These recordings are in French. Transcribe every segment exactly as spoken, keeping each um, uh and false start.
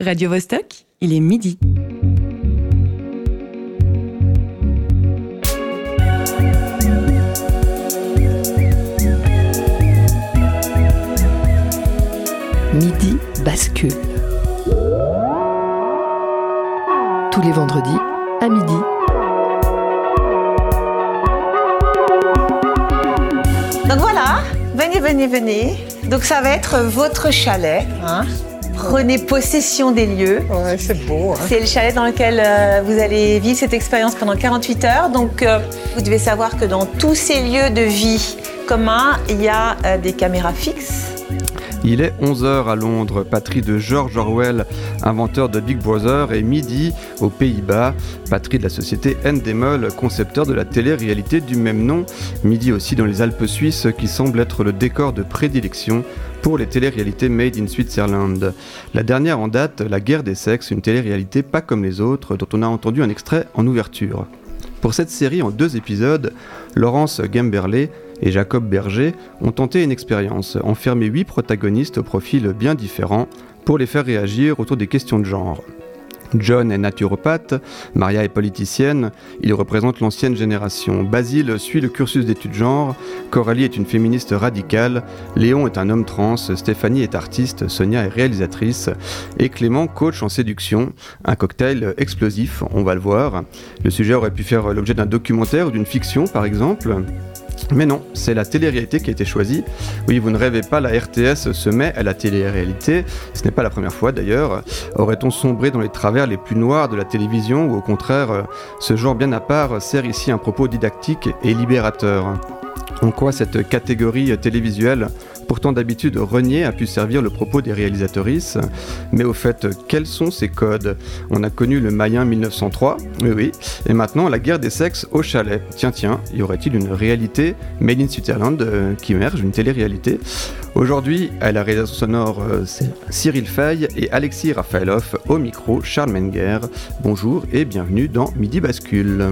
Radio Vostok, il est midi. Midi bascule. Tous les vendredis à midi. Donc voilà, venez, venez, venez. Donc ça va être votre chalet. Hein. Prenez possession des lieux. Ouais, c'est beau. Hein. C'est le chalet dans lequel euh, vous allez vivre cette expérience pendant quarante-huit heures. Donc euh, vous devez savoir que dans tous ces lieux de vie communs, il y a euh, des caméras fixes. Il est onze heures à Londres, patrie de George Orwell, inventeur de Big Brother, et midi aux Pays-Bas, patrie de la société Endemol, concepteur de la télé-réalité du même nom. Midi aussi dans les Alpes suisses, qui semble être le décor de prédilection pour les télé-réalités made in Switzerland. La dernière en date, La guerre des sexes, une télé-réalité pas comme les autres, dont on a entendu un extrait en ouverture. Pour cette série en deux épisodes, Laurence Gemberle et Jacob Berger ont tenté une expérience, enfermer huit protagonistes au profil bien différent pour les faire réagir autour des questions de genre. John est naturopathe, Maria est politicienne, il représente l'ancienne génération. Basile suit le cursus d'études genre, Coralie est une féministe radicale, Léon est un homme trans, Stéphanie est artiste, Sonia est réalisatrice, et Clément coach en séduction. Un cocktail explosif, on va le voir. Le sujet aurait pu faire l'objet d'un documentaire ou d'une fiction par exemple. Mais non, c'est la télé-réalité qui a été choisie. Oui, vous ne rêvez pas, la R T S se met à la télé-réalité. Ce n'est pas la première fois d'ailleurs. Aurait-on sombré dans les travers les plus noirs de la télévision ou au contraire, ce genre bien à part sert ici un propos didactique et libérateur ? En quoi cette catégorie télévisuelle, pourtant d'habitude reniée, a pu servir le propos des réalisatrices ? Mais au fait, quels sont ces codes ? On a connu le Mayen mille neuf cent trois, oui oui, et maintenant la guerre des sexes au chalet. Tiens tiens, y aurait-il une réalité made in Switzerland euh, qui émerge, une télé-réalité ? Aujourd'hui, à la réalisation sonore, euh, c'est Cyril Fay et Alexis Rafaelov, au micro, Charles Menger. Bonjour et bienvenue dans Midi Bascule.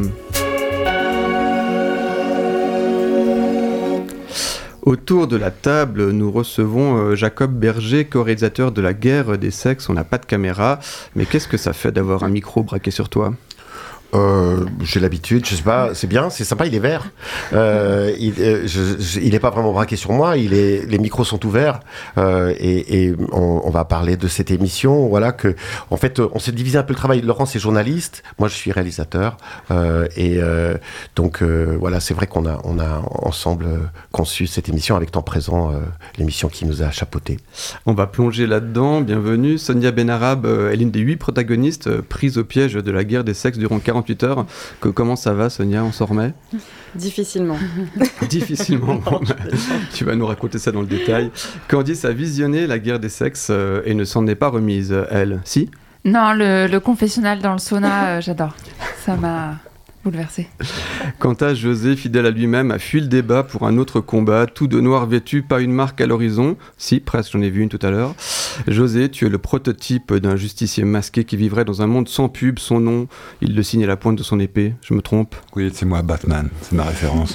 Autour de la table, nous recevons Jacob Berger, co-réalisateur de La guerre des sexes. On n'a pas de caméra, mais qu'est-ce que ça fait d'avoir un micro braqué sur toi ? Euh, j'ai l'habitude, je sais pas, c'est bien, c'est sympa, il est vert. Euh, il, euh, je, je, il est pas vraiment braqué sur moi, il est, les micros sont ouverts euh, et, et on, on va parler de cette émission. Voilà que, en fait, on s'est divisé un peu le travail. Laurence est journaliste, moi je suis réalisateur euh, et euh, donc euh, voilà, c'est vrai qu'on a, on a ensemble conçu cette émission avec temps présent, euh, l'émission qui nous a chapeauté. On va plonger là-dedans. Bienvenue, Sonia Benarab est l'une des huit protagonistes prises au piège de la guerre des sexes durant quarante-huit heures. Que, comment ça va, Sonia? On s'en remet? Difficilement. Difficilement. Bon, bah, tu vas nous raconter ça dans le détail. Candice a visionné La guerre des sexes euh, et ne s'en est pas remise, elle. Si? Non, le, le confessionnal dans le sauna, euh, j'adore. Ça m'a bouleversée. Quant à José, fidèle à lui-même, a fui le débat pour un autre combat, tout de noir vêtu, pas une marque à l'horizon. Si, presque, j'en ai vu une tout à l'heure. José, tu es le prototype d'un justicier masqué qui vivrait dans un monde sans pub, son nom, il le signe à la pointe de son épée. Je me trompe? Oui, c'est moi, Batman, c'est ma référence.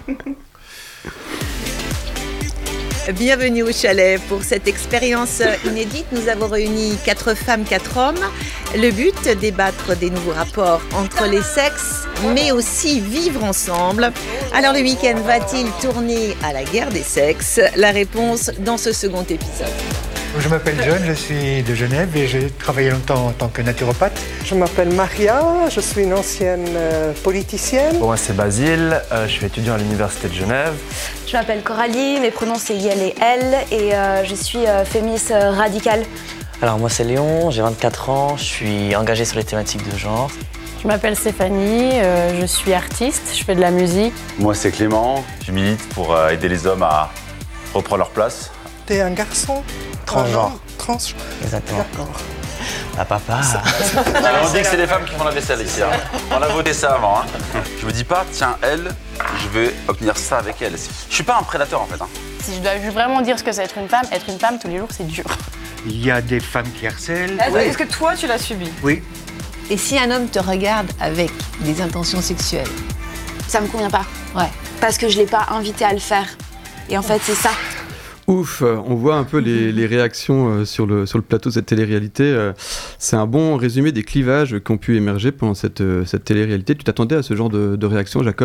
Bienvenue au chalet. Pour cette expérience inédite, nous avons réuni quatre femmes, quatre hommes. Le but, débattre des nouveaux rapports entre les sexes, mais aussi vivre ensemble. Alors le week-end va-t-il tourner à la guerre des sexes? La réponse dans ce second épisode. Je m'appelle John, je suis de Genève et j'ai travaillé longtemps en tant que naturopathe. Je m'appelle Maria, je suis une ancienne euh, politicienne. Bon, moi c'est Basile, euh, je suis étudiant à l'université de Genève. Je m'appelle Coralie, mes pronoms c'est Yel et elle et euh, je suis euh, féministe euh, radicale. Alors moi c'est Léon, j'ai vingt-quatre ans, je suis engagée sur les thématiques de genre. Je m'appelle Stéphanie, euh, je suis artiste, je fais de la musique. Moi c'est Clément, je milite pour euh, aider les hommes à reprendre leur place. T'es un garçon? Transgenre. Trans. Exactement. D'accord. Ah papa. Alors, on dit que c'est les femmes qui font la vaisselle ici. Hein. On a voté ça avant. Hein. Je me dis pas, tiens, elle, je vais obtenir ça avec elle. Je suis pas un prédateur en fait. Hein. Si je dois vraiment dire ce que c'est être une femme, être une femme tous les jours c'est dur. Il y a des femmes qui harcèlent. Est-ce, oui. Est-ce que toi tu l'as subi? Oui. Et si un homme te regarde avec des intentions sexuelles? Ça me convient pas. Ouais. Parce que je l'ai pas invité à le faire. Et en fait c'est ça. Ouf, on voit un peu les, les réactions sur le, sur le plateau de cette télé-réalité. C'est un bon résumé des clivages qui ont pu émerger pendant cette, cette télé-réalité. Tu t'attendais à ce genre de, de réaction, Jacob ?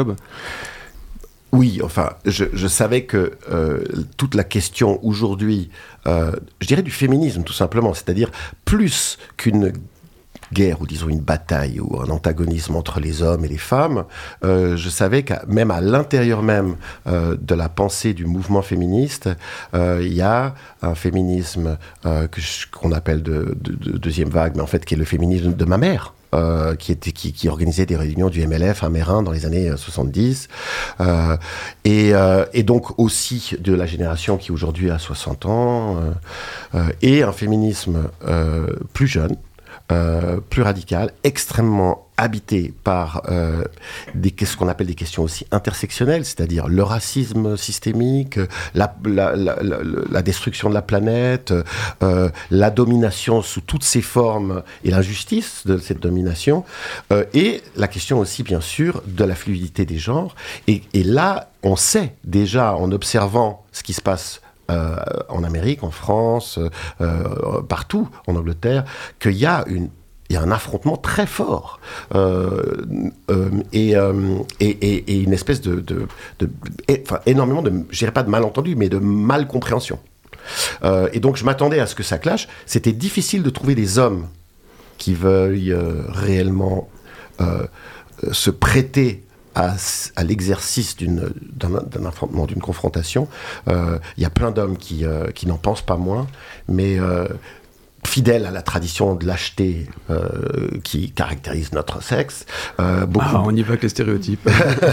Oui, enfin, je, je savais que euh, toute la question aujourd'hui, euh, je dirais du féminisme tout simplement, c'est-à-dire plus qu'une guerre ou disons une bataille ou un antagonisme entre les hommes et les femmes, euh, je savais que même à l'intérieur même euh, de la pensée du mouvement féministe, euh, il y a un féminisme euh, que je, qu'on appelle de, de, de deuxième vague, mais en fait qui est le féminisme de ma mère. Euh, qui, était, qui, qui organisait des réunions du M L F à Mérin dans les années soixante-dix euh, et, euh, et donc aussi de la génération qui aujourd'hui a soixante ans euh, euh, et un féminisme euh, plus jeune, euh, plus radical, extrêmement habité par euh, des, ce qu'on appelle des questions aussi intersectionnelles, c'est-à-dire le racisme systémique, la, la, la, la, la destruction de la planète, euh, la domination sous toutes ses formes et l'injustice de cette domination, euh, et la question aussi, bien sûr, de la fluidité des genres. Et, et là, on sait déjà, en observant ce qui se passe euh, en Amérique, en France, euh, partout, en Angleterre, qu'il y a une Il y a un affrontement très fort euh, euh, et, euh, et, et, et une espèce de, de, de, de enfin, énormément de, je dirais pas de malentendus, mais de malcompréhension. Euh, et donc je m'attendais à ce que ça clash. C'était difficile de trouver des hommes qui veuillent euh, réellement euh, se prêter à, à l'exercice d'une, d'un, d'un affrontement, d'une confrontation. Euh, il y a plein d'hommes qui, euh, qui n'en pensent pas moins, mais euh, fidèle à la tradition de lâcheté euh, qui caractérise notre sexe. Euh, beaucoup... Ah, on y va avec les stéréotypes.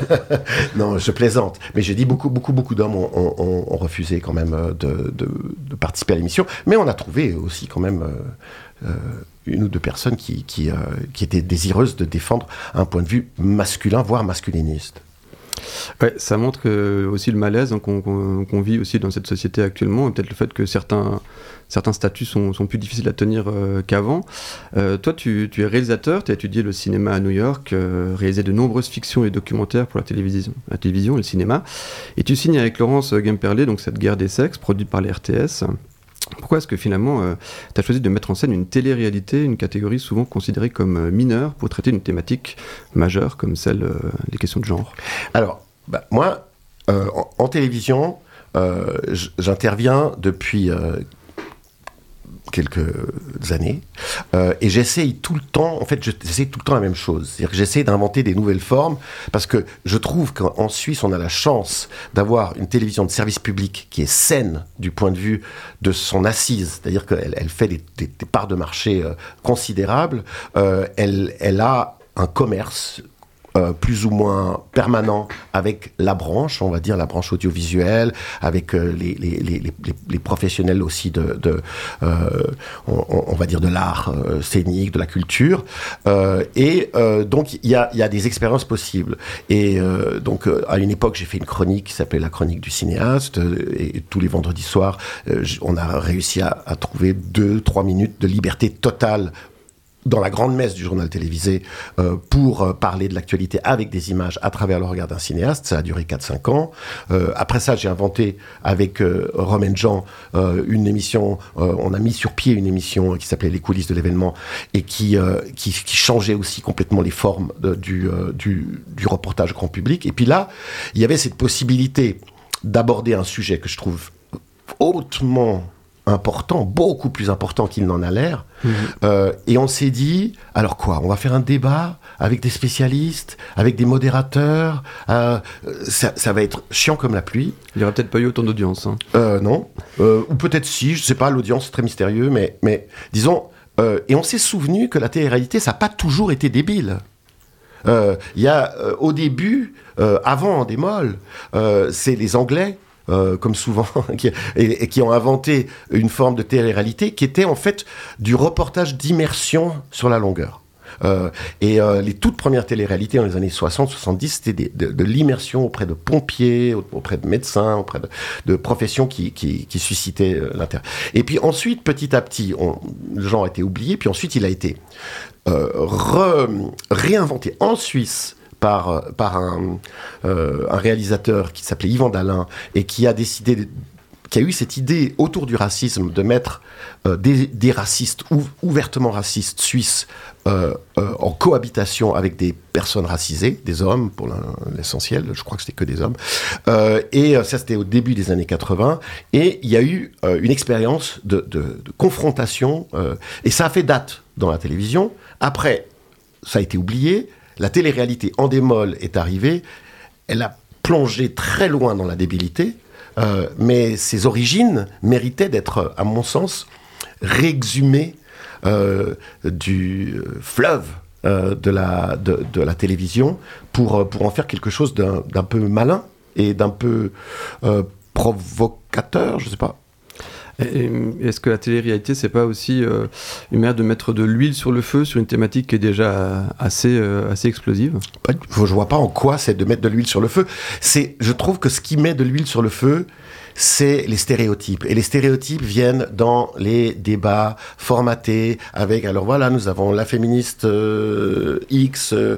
Non, je plaisante. Mais j'ai dit beaucoup, beaucoup, beaucoup d'hommes ont, ont, ont refusé quand même de, de, de participer à l'émission. Mais on a trouvé aussi quand même euh, une ou deux personnes qui, qui, euh, qui étaient désireuses de défendre un point de vue masculin, voire masculiniste. Ouais, ça montre que, aussi le malaise hein, qu'on, qu'on, qu'on vit aussi dans cette société actuellement, et peut-être le fait que certains, certains statuts sont, sont plus difficiles à tenir euh, qu'avant. Euh, toi, tu, tu es réalisateur, tu as étudié le cinéma à New York, euh, réalisé de nombreuses fictions et documentaires pour la télévision, la télévision et le cinéma, et tu signes avec Laurence Gemperlé, donc cette guerre des sexes, produite par la R T S. Pourquoi est-ce que finalement euh, tu as choisi de mettre en scène une télé-réalité, une catégorie souvent considérée comme euh, mineure, pour traiter une thématique majeure comme celle euh, des questions de genre ? Alors, bah, moi, euh, en, en télévision, euh, j'interviens depuis euh, quelques années euh, et j'essaye tout le temps, en fait, j'essaye tout le temps la même chose. C'est-à-dire que j'essaie d'inventer des nouvelles formes parce que je trouve qu'en Suisse, on a la chance d'avoir une télévision de service public qui est saine du point de vue de son assise, c'est-à-dire qu'elle elle fait des, des, des parts de marché euh, considérables. Euh, elle, elle a un commerce Euh, plus ou moins permanent avec la branche, on va dire la branche audiovisuelle, avec euh, les, les, les, les, les professionnels aussi de, de euh, on, on va dire de l'art euh, scénique, de la culture, euh, et euh, donc il y a, y a des expériences possibles. Et euh, donc euh, à une époque, j'ai fait une chronique qui s'appelait la chronique du cinéaste, euh, et tous les vendredis soirs, euh, on a réussi à, à trouver deux, trois minutes de liberté totale dans la grande messe du journal télévisé euh, pour euh, parler de l'actualité avec des images à travers le regard d'un cinéaste. Ça a duré quatre cinq ans. Euh, après ça, j'ai inventé avec euh, Romain Jean euh, une émission, euh, on a mis sur pied une émission qui s'appelait Les coulisses de l'événement et qui, euh, qui, qui changeait aussi complètement les formes de, du, euh, du, du reportage grand public. Et puis là, il y avait cette possibilité d'aborder un sujet que je trouve hautement important, beaucoup plus important qu'il n'en a l'air. Mmh. Euh, et on s'est dit, alors quoi, on va faire un débat avec des spécialistes, avec des modérateurs, euh, ça, ça va être chiant comme la pluie. Il n'y aura peut-être pas eu autant d'audience. Hein. Euh, non, euh, ou peut-être si, je ne sais pas, l'audience c'est très mystérieux, mais, mais disons, euh, et on s'est souvenu que la télé-réalité, ça n'a pas toujours été débile. Il euh, y a, euh, au début, euh, avant Endemol, euh, c'est les Anglais, Euh, comme souvent, qui, et, et qui ont inventé une forme de télé-réalité qui était en fait du reportage d'immersion sur la longueur. Euh, et euh, les toutes premières télé-réalités dans les années soixante soixante-dix, c'était des, de, de l'immersion auprès de pompiers, auprès de médecins, auprès de, de professions qui, qui, qui suscitaient euh, l'intérêt. Et puis ensuite, petit à petit, on, le genre a été oublié, puis ensuite il a été euh, re, réinventé en Suisse par, par un, euh, un réalisateur qui s'appelait Yvan Dalin et qui a décidé de, qui a eu cette idée autour du racisme de mettre euh, des, des racistes, ou, ouvertement racistes suisses, euh, euh, en cohabitation avec des personnes racisées, des hommes pour l'essentiel, je crois que c'était que des hommes, euh, et ça c'était au début des années quatre-vingts, et il y a eu euh, une expérience de, de, de confrontation, euh, et ça a fait date dans la télévision. Après, ça a été oublié, la télé-réalité en démol est arrivée, elle a plongé très loin dans la débilité, Euh, mais ses origines méritaient d'être, à mon sens, réexhumées euh, du fleuve euh, de, la, de, de la télévision pour, pour en faire quelque chose d'un, d'un peu malin et d'un peu euh, provocateur, je ne sais pas. Et est-ce que la télé-réalité, c'est pas aussi euh, une manière de mettre de l'huile sur le feu sur une thématique qui est déjà assez, euh, assez explosive ? Je vois pas en quoi c'est de mettre de l'huile sur le feu. C'est, je trouve que ce qui met de l'huile sur le feu, c'est les stéréotypes. Et les stéréotypes viennent dans les débats formatés avec, alors voilà, nous avons la féministe euh, X, euh,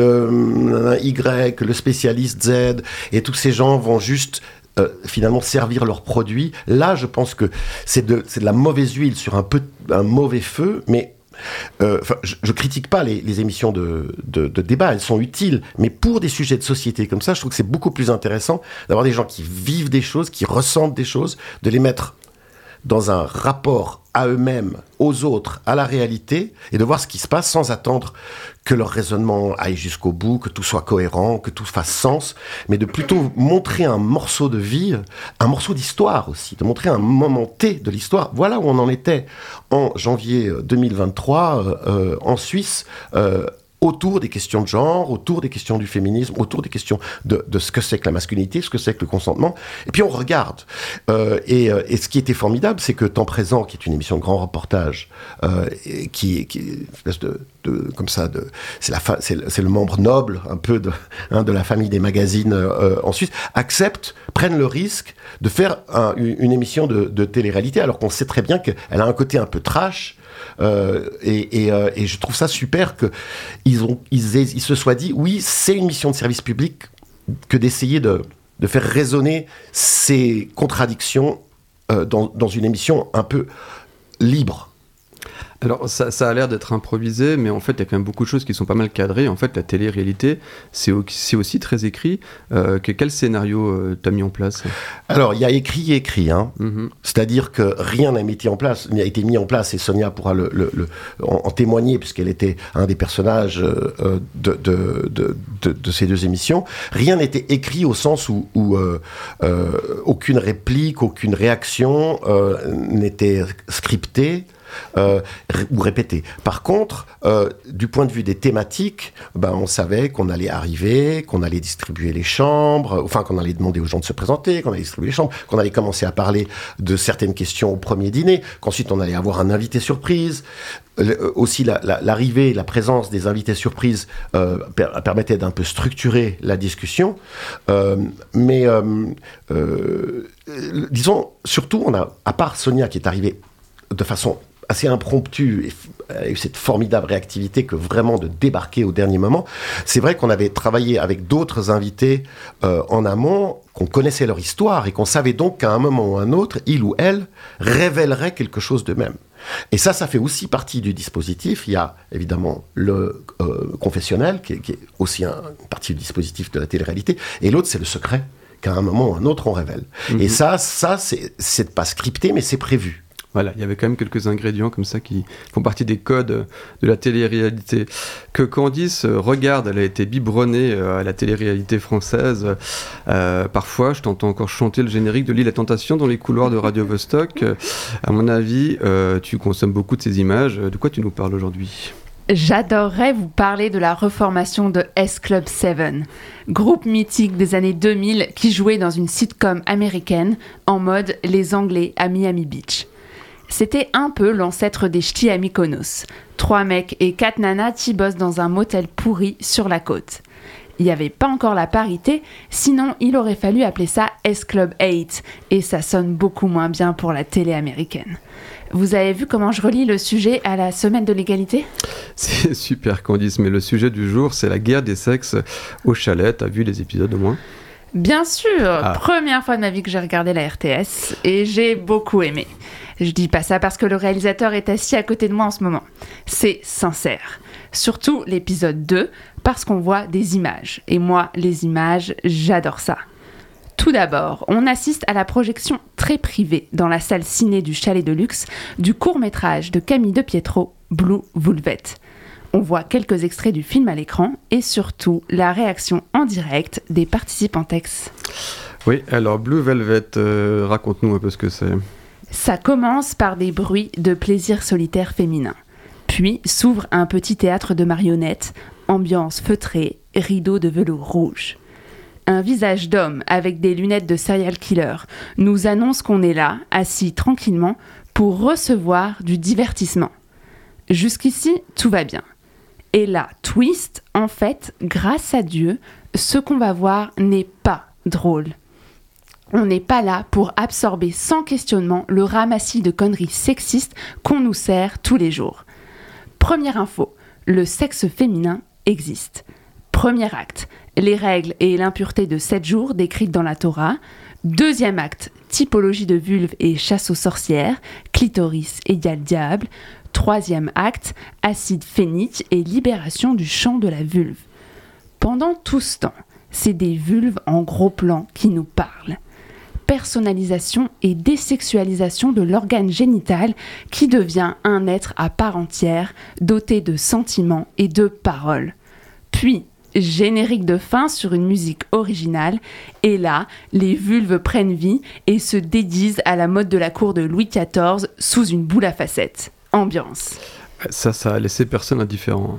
le Y, le spécialiste Z, et tous ces gens vont juste Euh, finalement servir leurs produits. Là, je pense que c'est de, c'est de la mauvaise huile sur un, peu, un mauvais feu, mais euh, je ne critique pas les, les émissions de, de, de débat, elles sont utiles, mais pour des sujets de société comme ça, je trouve que c'est beaucoup plus intéressant d'avoir des gens qui vivent des choses, qui ressentent des choses, de les mettre dans un rapport à eux-mêmes, aux autres, à la réalité, et de voir ce qui se passe sans attendre que leur raisonnement aille jusqu'au bout, que tout soit cohérent, que tout fasse sens, mais de plutôt montrer un morceau de vie, un morceau d'histoire aussi, de montrer un moment T de l'histoire. Voilà où on en était en janvier deux mille vingt-trois, euh, en Suisse, euh, autour des questions de genre, autour des questions du féminisme, autour des questions de, de ce que c'est que la masculinité, ce que c'est que le consentement. Et puis on regarde. Euh, et, et ce qui était formidable, c'est que Temps Présent, qui est une émission de grand reportage, euh, qui, qui est une espèce de, de comme ça, de, c'est, la fa- c'est, le, c'est le membre noble un peu de, hein, de la famille des magazines euh, en Suisse, accepte, prennent le risque de faire un, une émission de, de télé-réalité, alors qu'on sait très bien qu'elle a un côté un peu trash. Euh, et, et, euh, et je trouve ça super qu'ils ont, ils, aient, ils se soient dit, oui, c'est une mission de service public que d'essayer de, de faire résonner ces contradictions euh, dans, dans une émission un peu libre. Alors, ça, ça a l'air d'être improvisé, mais en fait, il y a quand même beaucoup de choses qui sont pas mal cadrées. En fait, la télé-réalité, c'est, au, c'est aussi très écrit. Euh, que, quel scénario euh, t'as mis en place ? Alors, il y a écrit et écrit. Hein. Mm-hmm. C'est-à-dire que rien n'a été, en place, n'a été mis en place, et Sonia pourra le, le, le, en, en témoigner, puisqu'elle était un des personnages euh, de, de, de, de, de ces deux émissions. Rien n'était écrit au sens où, où euh, euh, aucune réplique, aucune réaction euh, n'était scriptée. Euh, ou répéter. Par contre, euh, du point de vue des thématiques, ben, on savait qu'on allait arriver, qu'on allait distribuer les chambres, enfin qu'on allait demander aux gens de se présenter, qu'on allait distribuer les chambres, qu'on allait commencer à parler de certaines questions au premier dîner, qu'ensuite on allait avoir un invité surprise. Le, euh, aussi la, la, l'arrivée, la présence des invités surprises euh, per, permettait d'un peu structurer la discussion. Euh, mais euh, euh, disons, surtout, on a, à part Sonia qui est arrivée de façon assez impromptu et a eu cette formidable réactivité que vraiment de débarquer au dernier moment. C'est vrai qu'on avait travaillé avec d'autres invités euh, en amont, qu'on connaissait leur histoire et qu'on savait donc qu'à un moment ou un autre, il ou elle révélerait quelque chose d'eux-mêmes. Et ça, ça fait aussi partie du dispositif. Il y a évidemment le euh, confessionnel, qui est, qui est aussi un, une partie du dispositif de la télé-réalité, et l'autre, c'est le secret, qu'à un moment ou un autre, on révèle. Mmh. Et ça, ça c'est, c'est pas scripté, mais c'est prévu. Voilà, il y avait quand même quelques ingrédients comme ça qui font partie des codes de la télé-réalité. Que Candice regarde, elle a été biberonnée à la télé-réalité française. Euh, parfois, je t'entends encore chanter le générique de L'Île à Tentation dans les couloirs de Radio Vostok. À mon avis, euh, tu consommes beaucoup de ces images. De quoi tu nous parles aujourd'hui ? J'adorerais vous parler de la reformation de S-Club sept, groupe mythique des années deux mille qui jouait dans une sitcom américaine en mode Les Anglais à Miami Beach. C'était un peu l'ancêtre des ch'tis à Mykonos. Trois mecs et quatre nanas qui bossent dans un motel pourri sur la côte. Il n'y avait pas encore la parité, sinon il aurait fallu appeler ça S-Club huit, et ça sonne beaucoup moins bien pour la télé américaine. Vous avez vu comment je relie le sujet à la semaine de l'égalité ? C'est super Candice, mais le sujet du jour, c'est la guerre des sexes au chalet. T'as vu les épisodes au moins ? Bien sûr, Ah. première fois de ma vie que j'ai regardé la R T S et j'ai beaucoup aimé. Je dis pas ça parce que le réalisateur est assis à côté de moi en ce moment. C'est sincère. Surtout l'épisode deux, parce qu'on voit des images. Et moi, les images, j'adore ça. Tout d'abord, on assiste à la projection très privée dans la salle ciné du chalet de luxe du court-métrage de Camille de Pietro, Blue Velvet. On voit quelques extraits du film à l'écran et surtout la réaction en direct des participantex. Oui, alors Blue Velvet, euh, raconte-nous un peu ce que c'est. Ça commence par des bruits de plaisir solitaire féminin. Puis s'ouvre un petit théâtre de marionnettes, ambiance feutrée, rideaux de velours rouge. Un visage d'homme avec des lunettes de serial killer nous annonce qu'on est là, assis tranquillement, pour recevoir du divertissement. Jusqu'ici, tout va bien. Et là, twist, en fait, grâce à Dieu, ce qu'on va voir n'est pas drôle. On n'est pas là pour absorber sans questionnement le ramassis de conneries sexistes qu'on nous sert tous les jours. Première info, le sexe féminin existe. Premier acte, les règles et l'impureté de sept jours décrites dans la Torah. Deuxième acte, typologie de vulve et chasse aux sorcières, clitoris égale diable. Troisième acte, acide phénique et libération du champ de la vulve. Pendant tout ce temps, c'est des vulves en gros plan qui nous parlent. Personnalisation et désexualisation de l'organe génital qui devient un être à part entière, doté de sentiments et de paroles. Puis, générique de fin sur une musique originale, et là, les vulves prennent vie et se déguisent à la mode de la cour de Louis quatorze sous une boule à facettes. Ambiance. Ça, ça a laissé personne indifférent.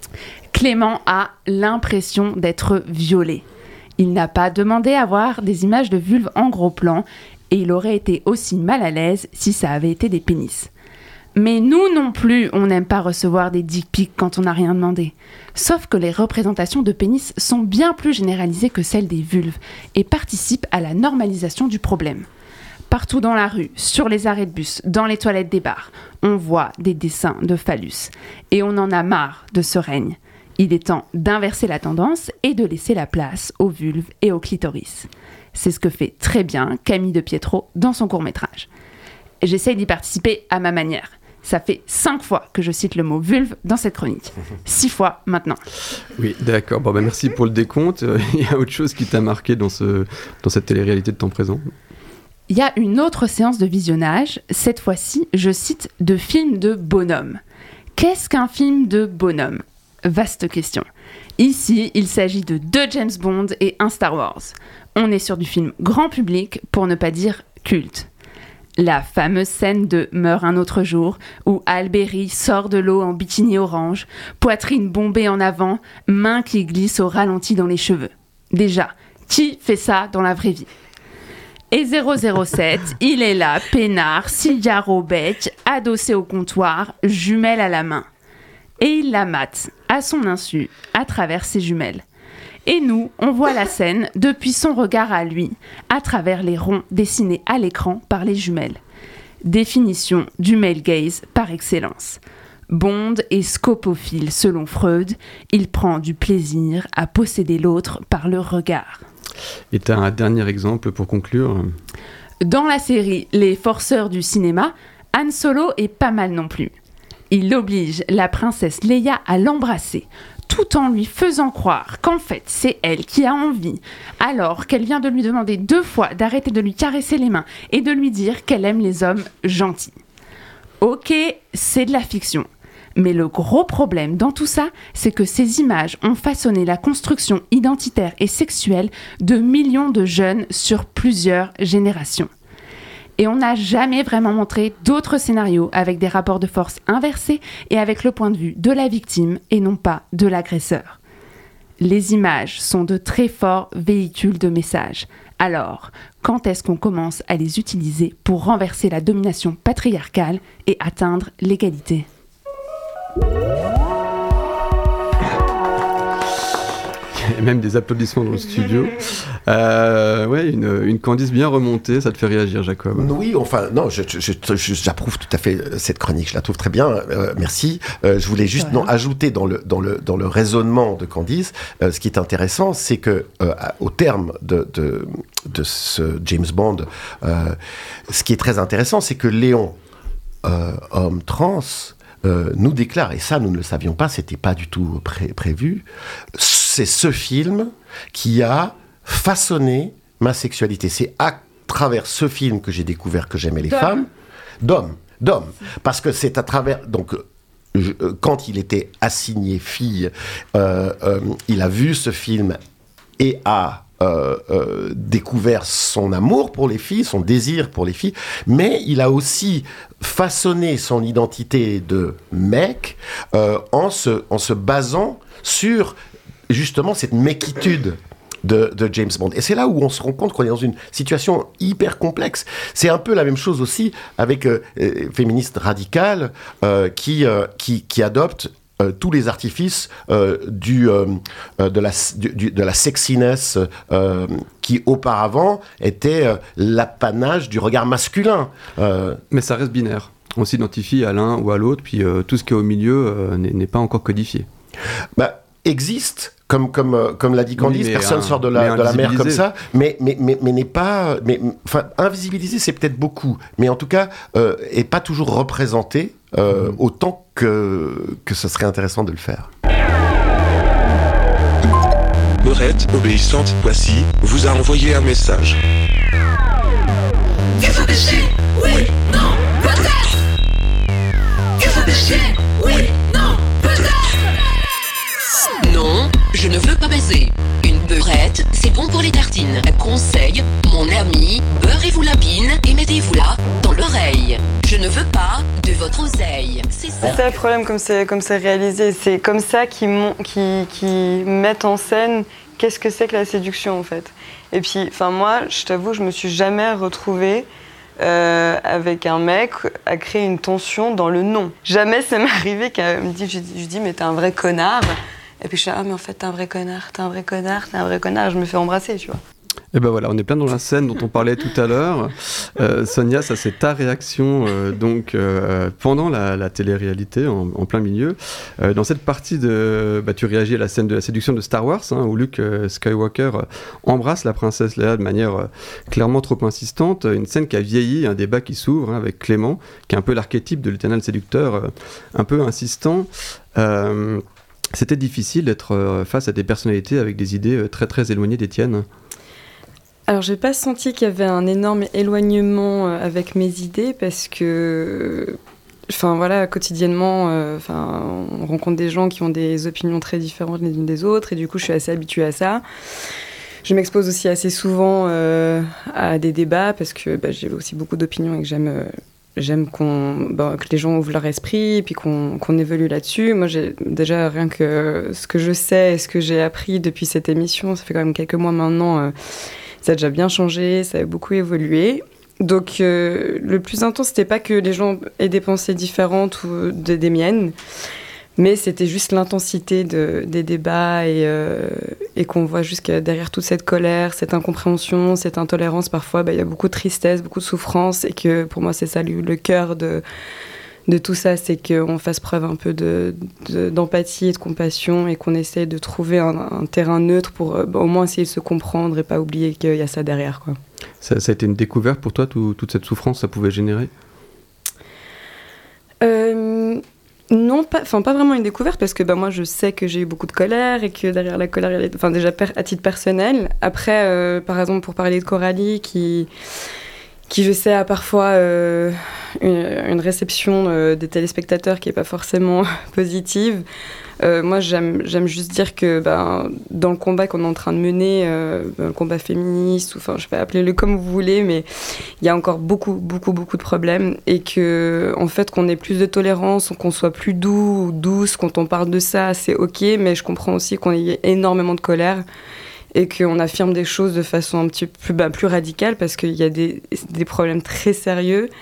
Clément a l'impression d'être violé. Il n'a pas demandé à voir des images de vulve en gros plan et il aurait été aussi mal à l'aise si ça avait été des pénis. Mais nous non plus, on n'aime pas recevoir des dick pics quand on n'a rien demandé. Sauf que les représentations de pénis sont bien plus généralisées que celles des vulves et participent à la normalisation du problème. Partout dans la rue, sur les arrêts de bus, dans les toilettes des bars, on voit des dessins de phallus. Et on en a marre de ce règne. Il est temps d'inverser la tendance et de laisser la place aux vulves et aux clitoris. C'est ce que fait très bien Camille de Pietro dans son court-métrage. J'essaye d'y participer à ma manière. Ça fait cinq fois que je cite le mot vulve dans cette chronique. Six fois maintenant. Oui, d'accord. Bon, bah, merci pour le décompte. Il y a autre chose qui t'a marqué dans, ce, dans cette télé-réalité de temps présent ? Il y a une autre séance de visionnage, cette fois-ci, je cite, de films de bonhomme. Qu'est-ce qu'un film de bonhomme ? Vaste question. Ici, il s'agit de deux James Bond et un Star Wars. On est sur du film grand public, pour ne pas dire culte. La fameuse scène de Meurt un autre jour, où Alberi sort de l'eau en bikini orange, poitrine bombée en avant, main qui glisse au ralenti dans les cheveux. Déjà, qui fait ça dans la vraie vie ? Et zéro zéro sept, il est là, peinard, cigare au bec, adossé au comptoir, jumelle à la main. Et il la mate, à son insu, à travers ses jumelles. Et nous, on voit la scène depuis son regard à lui, à travers les ronds dessinés à l'écran par les jumelles. Définition du male gaze par excellence. Bond est scopophile selon Freud, il prend du plaisir à posséder l'autre par le regard. Et tu as un dernier exemple pour conclure ? Dans la série Les Forceurs du cinéma, Han Solo est pas mal non plus. Il oblige la princesse Leia à l'embrasser, tout en lui faisant croire qu'en fait c'est elle qui a envie, alors qu'elle vient de lui demander deux fois d'arrêter de lui caresser les mains et de lui dire qu'elle aime les hommes gentils. Ok, c'est de la fiction. Mais le gros problème dans tout ça, c'est que ces images ont façonné la construction identitaire et sexuelle de millions de jeunes sur plusieurs générations. Et on n'a jamais vraiment montré d'autres scénarios avec des rapports de force inversés et avec le point de vue de la victime et non pas de l'agresseur. Les images sont de très forts véhicules de messages. Alors, quand est-ce qu'on commence à les utiliser pour renverser la domination patriarcale et atteindre l'égalité ? même des applaudissements dans le studio. Euh, ouais, une, une Candice bien remontée, ça te fait réagir, Jacob? Oui, enfin, non, je, je, je, j'approuve tout à fait cette chronique, je la trouve très bien, euh, merci. Euh, je voulais juste non, ajouter dans le, dans, le, dans le raisonnement de Candice, euh, ce qui est intéressant, c'est que euh, au terme de, de, de ce James Bond, euh, ce qui est très intéressant, c'est que Léon, euh, homme trans, euh, nous déclare, et ça nous ne le savions pas, c'était pas du tout pré- prévu, c'est ce film qui a façonné ma sexualité. C'est à travers ce film que j'ai découvert que j'aimais les D'homme. femmes, d'hommes, d'hommes, parce que c'est à travers, donc, je, quand il était assigné fille, euh, euh, il a vu ce film et a euh, euh, découvert son amour pour les filles, son désir pour les filles, mais il a aussi façonné son identité de mec euh, en se, en se basant sur justement cette méquitude De, de James Bond. Et c'est là où on se rend compte qu'on est dans une situation hyper complexe. C'est un peu la même chose aussi avec euh, euh, féministes radicales euh, qui, euh, qui, qui adoptent euh, tous les artifices euh, du, euh, de, la, du, de la sexiness euh, qui auparavant était euh, l'apanage du regard masculin. Euh, Mais ça reste binaire. On s'identifie à l'un ou à l'autre, puis euh, tout ce qui est au milieu euh, n'est, n'est pas encore codifié. Bah, existe. Comme, comme, comme l'a dit Candice, oui, personne un, sort de la, de la mer comme ça, mais, mais, mais, mais n'est pas... Mais, enfin, invisibilisé, c'est peut-être beaucoup, mais en tout cas, euh, est pas toujours représenté euh, mmh. autant que, que ce serait intéressant de le faire. Meurette, obéissante, voici, vous a envoyé un message. Il faut baiser, oui, non, peut-être. Il faut baiser, oui, non, peut-être. Non, je ne veux pas baiser. Une beurrette, c'est bon pour les tartines. Conseil, mon ami, beurrez-vous la bine et mettez-vous-la dans l'oreille. Je ne veux pas de votre oseille. C'est ça. C'est ça le problème, comme c'est, comme c'est réalisé. C'est comme ça qu'ils, qu'ils, qu'ils mettent en scène qu'est-ce que c'est que la séduction, en fait. Et puis, enfin moi, je t'avoue, je me suis jamais retrouvée Euh, avec un mec à créer une tension dans le non. Jamais ça m'est arrivé qu'elle me dit, je, je dis mais t'es un vrai connard. Et puis je dis ah mais en fait t'es un vrai connard, t'es un vrai connard, t'es un vrai connard. Je me fais embrasser, tu vois. Et ben voilà, on est plein dans la scène dont on parlait tout à l'heure. Euh, Sonia, ça c'est ta réaction euh, donc euh, pendant la, la télé-réalité en, en plein milieu. Euh, dans cette partie de, bah, tu réagis à la scène de la séduction de Star Wars, hein, où Luke euh, Skywalker euh, embrasse la princesse Leia de manière euh, clairement trop insistante. Une scène qui a vieilli, un débat qui s'ouvre hein, avec Clément, qui est un peu l'archétype de l'éternel séducteur, euh, un peu insistant. Euh, c'était difficile d'être euh, face à des personnalités avec des idées euh, très très éloignées des tiennes. Alors, j'ai pas senti qu'il y avait un énorme éloignement avec mes idées parce que, enfin voilà, quotidiennement, enfin, euh, on rencontre des gens qui ont des opinions très différentes les unes des autres et du coup, je suis assez habituée à ça. Je m'expose aussi assez souvent euh, à des débats parce que bah, j'ai aussi beaucoup d'opinions et que j'aime. Euh, J'aime qu'on, bah, que les gens ouvrent leur esprit et puis qu'on, qu'on évolue là-dessus. Moi, j'ai déjà rien que ce que je sais et ce que j'ai appris depuis cette émission, ça fait quand même quelques mois maintenant, euh, ça a déjà bien changé, ça a beaucoup évolué. Donc, euh, le plus intense, c'était pas que les gens aient des pensées différentes ou de, des miennes, mais c'était juste l'intensité de, des débats et, euh, et qu'on voit juste que derrière toute cette colère, cette incompréhension, cette intolérance, parfois, bah, y a beaucoup de tristesse, beaucoup de souffrance et que pour moi, c'est ça le, le cœur de, de tout ça, c'est qu'on fasse preuve un peu de, de, d'empathie et de compassion et qu'on essaie de trouver un, un terrain neutre pour bah, au moins essayer de se comprendre et pas oublier qu'il y a ça derrière, quoi. Ça, ça a été une découverte pour toi, tout, toute cette souffrance, ça pouvait générer ? euh... Non, pas, enfin pas vraiment une découverte parce que bah, moi je sais que j'ai eu beaucoup de colère et que derrière la colère, il y a, enfin déjà per, à titre personnel. Après, euh, par exemple pour parler de Coralie qui, qui je sais a parfois euh, une, une réception euh, des téléspectateurs qui est pas forcément positive. Euh, moi j'aime, j'aime juste dire que ben, dans le combat qu'on est en train de mener, euh, le combat féministe, ou, enfin je vais appeler-le comme vous voulez, mais il y a encore beaucoup, beaucoup, beaucoup de problèmes et que en fait qu'on ait plus de tolérance, qu'on soit plus doux ou douce quand on parle de ça, c'est ok, mais je comprends aussi qu'on ait énormément de colère et qu'on affirme des choses de façon un petit peu bah, plus radicale parce qu'il y a des, des problèmes très sérieux.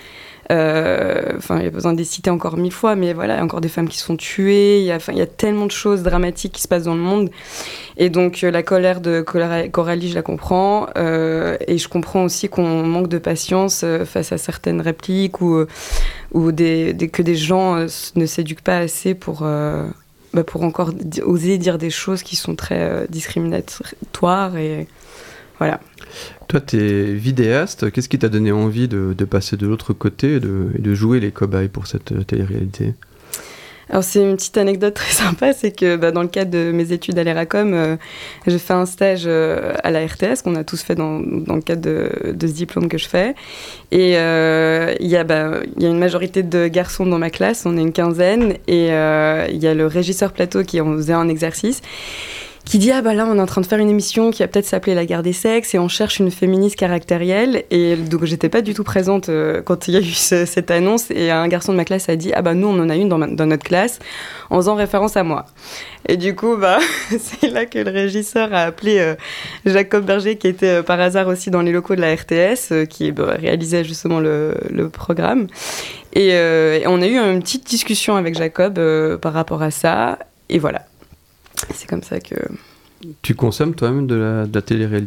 Euh, enfin, il y a besoin de les citer encore mille fois, mais voilà, il y a encore des femmes qui sont tuées. Il y a, enfin, il y a tellement de choses dramatiques qui se passent dans le monde. Et donc, euh, la colère de Coralie, je la comprends. Euh, et je comprends aussi qu'on manque de patience euh, face à certaines répliques ou, euh, ou des, des, que des gens euh, ne s'éduquent pas assez pour... Euh, bah pour encore d- oser dire des choses qui sont très euh, discriminatoires et voilà. Toi, tu es vidéaste. Qu'est-ce qui t'a donné envie de, de passer de l'autre côté et de, et de jouer les cobayes pour cette euh, télé-réalité ? Alors c'est une petite anecdote très sympa, c'est que bah, dans le cadre de mes études à l'ERACOM, euh, j'ai fait un stage euh, à la R T S, qu'on a tous fait dans, dans le cadre de, de ce diplôme que je fais. Et il euh, y, bah, y a une majorité de garçons dans ma classe, on est une quinzaine, et il euh, y a le régisseur plateau qui en faisait un exercice, qui dit « Ah bah là, on est en train de faire une émission qui va peut-être s'appeler La guerre des sexes et on cherche une féministe caractérielle. » Et donc, j'étais pas du tout présente euh, quand il y a eu ce, cette annonce. Et un garçon de ma classe a dit « Ah bah nous, on en a une dans, ma, dans notre classe, en faisant référence à moi. » Et du coup, bah, c'est là que le régisseur a appelé euh, Jacob Berger, qui était euh, par hasard aussi dans les locaux de la R T S, euh, qui bah, réalisait justement le, le programme. Et, euh, et on a eu une petite discussion avec Jacob euh, par rapport à ça. Et voilà. C'est comme ça que... Tu consommes toi-même de la, de la télé-réalité ?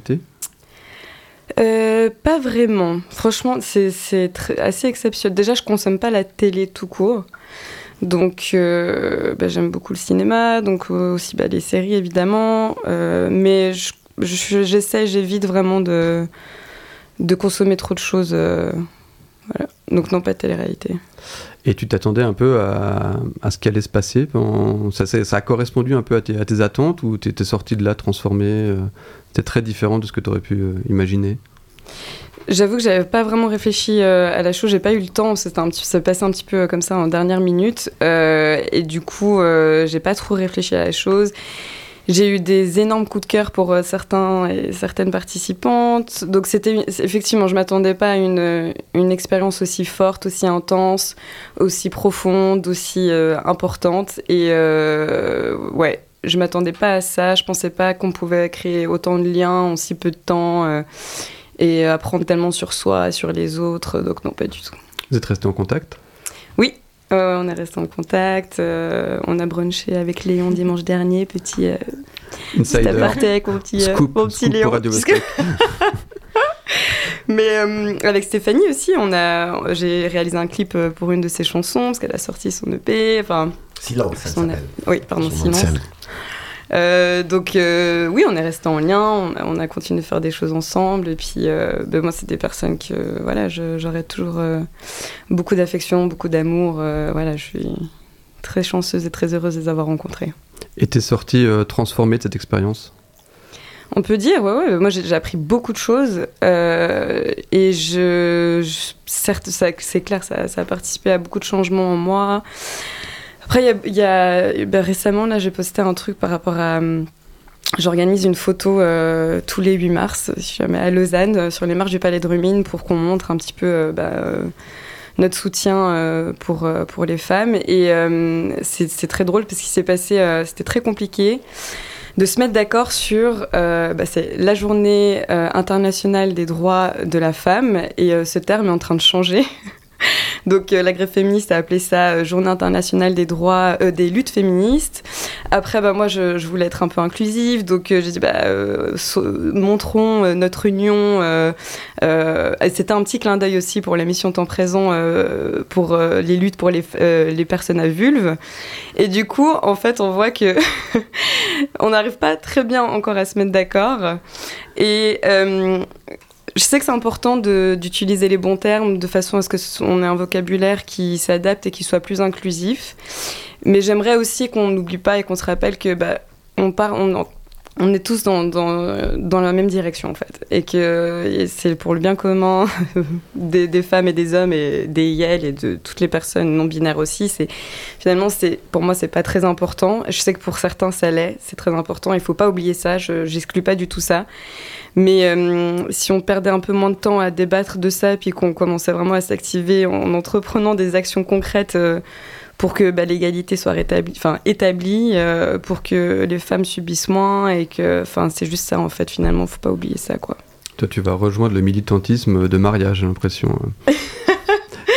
euh, Pas vraiment. Franchement, c'est, c'est très, assez exceptionnel. Déjà, je consomme pas la télé tout court. Donc, euh, bah, j'aime beaucoup le cinéma, donc aussi bah, les séries, évidemment. Euh, mais je, je, j'essaie, j'évite vraiment de, de consommer trop de choses. Euh, voilà. Donc, non, pas de télé-réalité. Et tu t'attendais un peu à, à ce qui allait se passer pendant... ça, ça a correspondu un peu à tes, à tes attentes ou tu étais sorti de là transformé euh, c'était très différent de ce que tu aurais pu euh, imaginer? J'avoue que j'avais pas vraiment réfléchi euh, à la chose, j'ai pas eu le temps, c'était un petit, ça passait un petit peu comme ça en dernière minute euh, et du coup euh, j'ai pas trop réfléchi à la chose. J'ai eu des énormes coups de cœur pour euh, certains et certaines participantes. Donc, c'était, effectivement, je ne m'attendais pas à une, une expérience aussi forte, aussi intense, aussi profonde, aussi euh, importante. Et euh, ouais, je ne m'attendais pas à ça. Je ne pensais pas qu'on pouvait créer autant de liens en si peu de temps euh, et apprendre tellement sur soi, sur les autres. Donc, non, pas du tout. Vous êtes restés en contact ? Oui. Euh, on est resté en contact, euh, on a brunché avec Léon dimanche dernier, petit, euh, petit aparté avec mon petit, scoop, euh, mon petit scoop Léon. Pour Radio Vostok. Mais euh, avec Stéphanie aussi, on a, j'ai réalisé un clip pour une de ses chansons, parce qu'elle a sorti son E P. Enfin, Silence, ça son s'appelle. A... Oui, pardon, son Silence. Euh, donc euh, oui, on est resté en lien, on a, on a continué de faire des choses ensemble et puis euh, ben moi c'est des personnes que voilà, je, j'aurais toujours euh, beaucoup d'affection, beaucoup d'amour, euh, voilà, je suis très chanceuse et très heureuse de les avoir rencontrées. Et t'es sortie euh, transformée de cette expérience ? On peut dire, ouais, ouais. Moi, j'ai, j'ai appris beaucoup de choses euh, et je, je, certes, ça, c'est clair, ça, ça a participé à beaucoup de changements en moi. Après, il y a, y a ben, récemment, là, j'ai posté un truc par rapport à... J'organise une photo euh, tous les huit mars, si jamais à Lausanne, euh, sur les marches du Palais de Rumine, pour qu'on montre un petit peu euh, bah, euh, notre soutien euh, pour, euh, pour les femmes. Et euh, c'est, c'est très drôle parce qu'il s'est passé... Euh, c'était très compliqué de se mettre d'accord sur... Euh, bah, c'est la journée euh, internationale des droits de la femme, et euh, ce terme est en train de changer. Donc euh, la grève féministe a appelé ça euh, Journée internationale des droits, euh, des luttes féministes. Après, bah, moi, je, je voulais être un peu inclusive, donc euh, j'ai dit, bah, euh, so, montrons euh, notre union. Euh, euh, c'était un petit clin d'œil aussi pour la mission Temps Présent, euh, pour euh, les luttes pour les, euh, les personnes à vulve. Et du coup, en fait, on voit que on n'arrive pas très bien encore à se mettre d'accord. Et... Euh, Je sais que c'est important de, d'utiliser les bons termes de façon à ce qu'on ait un vocabulaire qui s'adapte et qui soit plus inclusif. Mais j'aimerais aussi qu'on n'oublie pas et qu'on se rappelle que bah, on, part, on, on est tous dans, dans, dans la même direction en fait. Et que et c'est pour le bien commun des, des femmes et des hommes et des I L et de toutes les personnes non binaires aussi. C'est, finalement, c'est, pour moi, c'est pas très important. Je sais que pour certains, ça l'est. C'est très important. Il faut pas oublier ça. Je, j'exclus pas du tout ça. Mais euh, si on perdait un peu moins de temps à débattre de ça, puis qu'on commençait vraiment à s'activer en entreprenant des actions concrètes euh, pour que bah, l'égalité soit rétablie, enfin, établie, euh, pour que les femmes subissent moins, et que, enfin, c'est juste ça en fait. Finalement, faut pas oublier ça, quoi. Toi, tu vas rejoindre le militantisme de mariage, j'ai l'impression.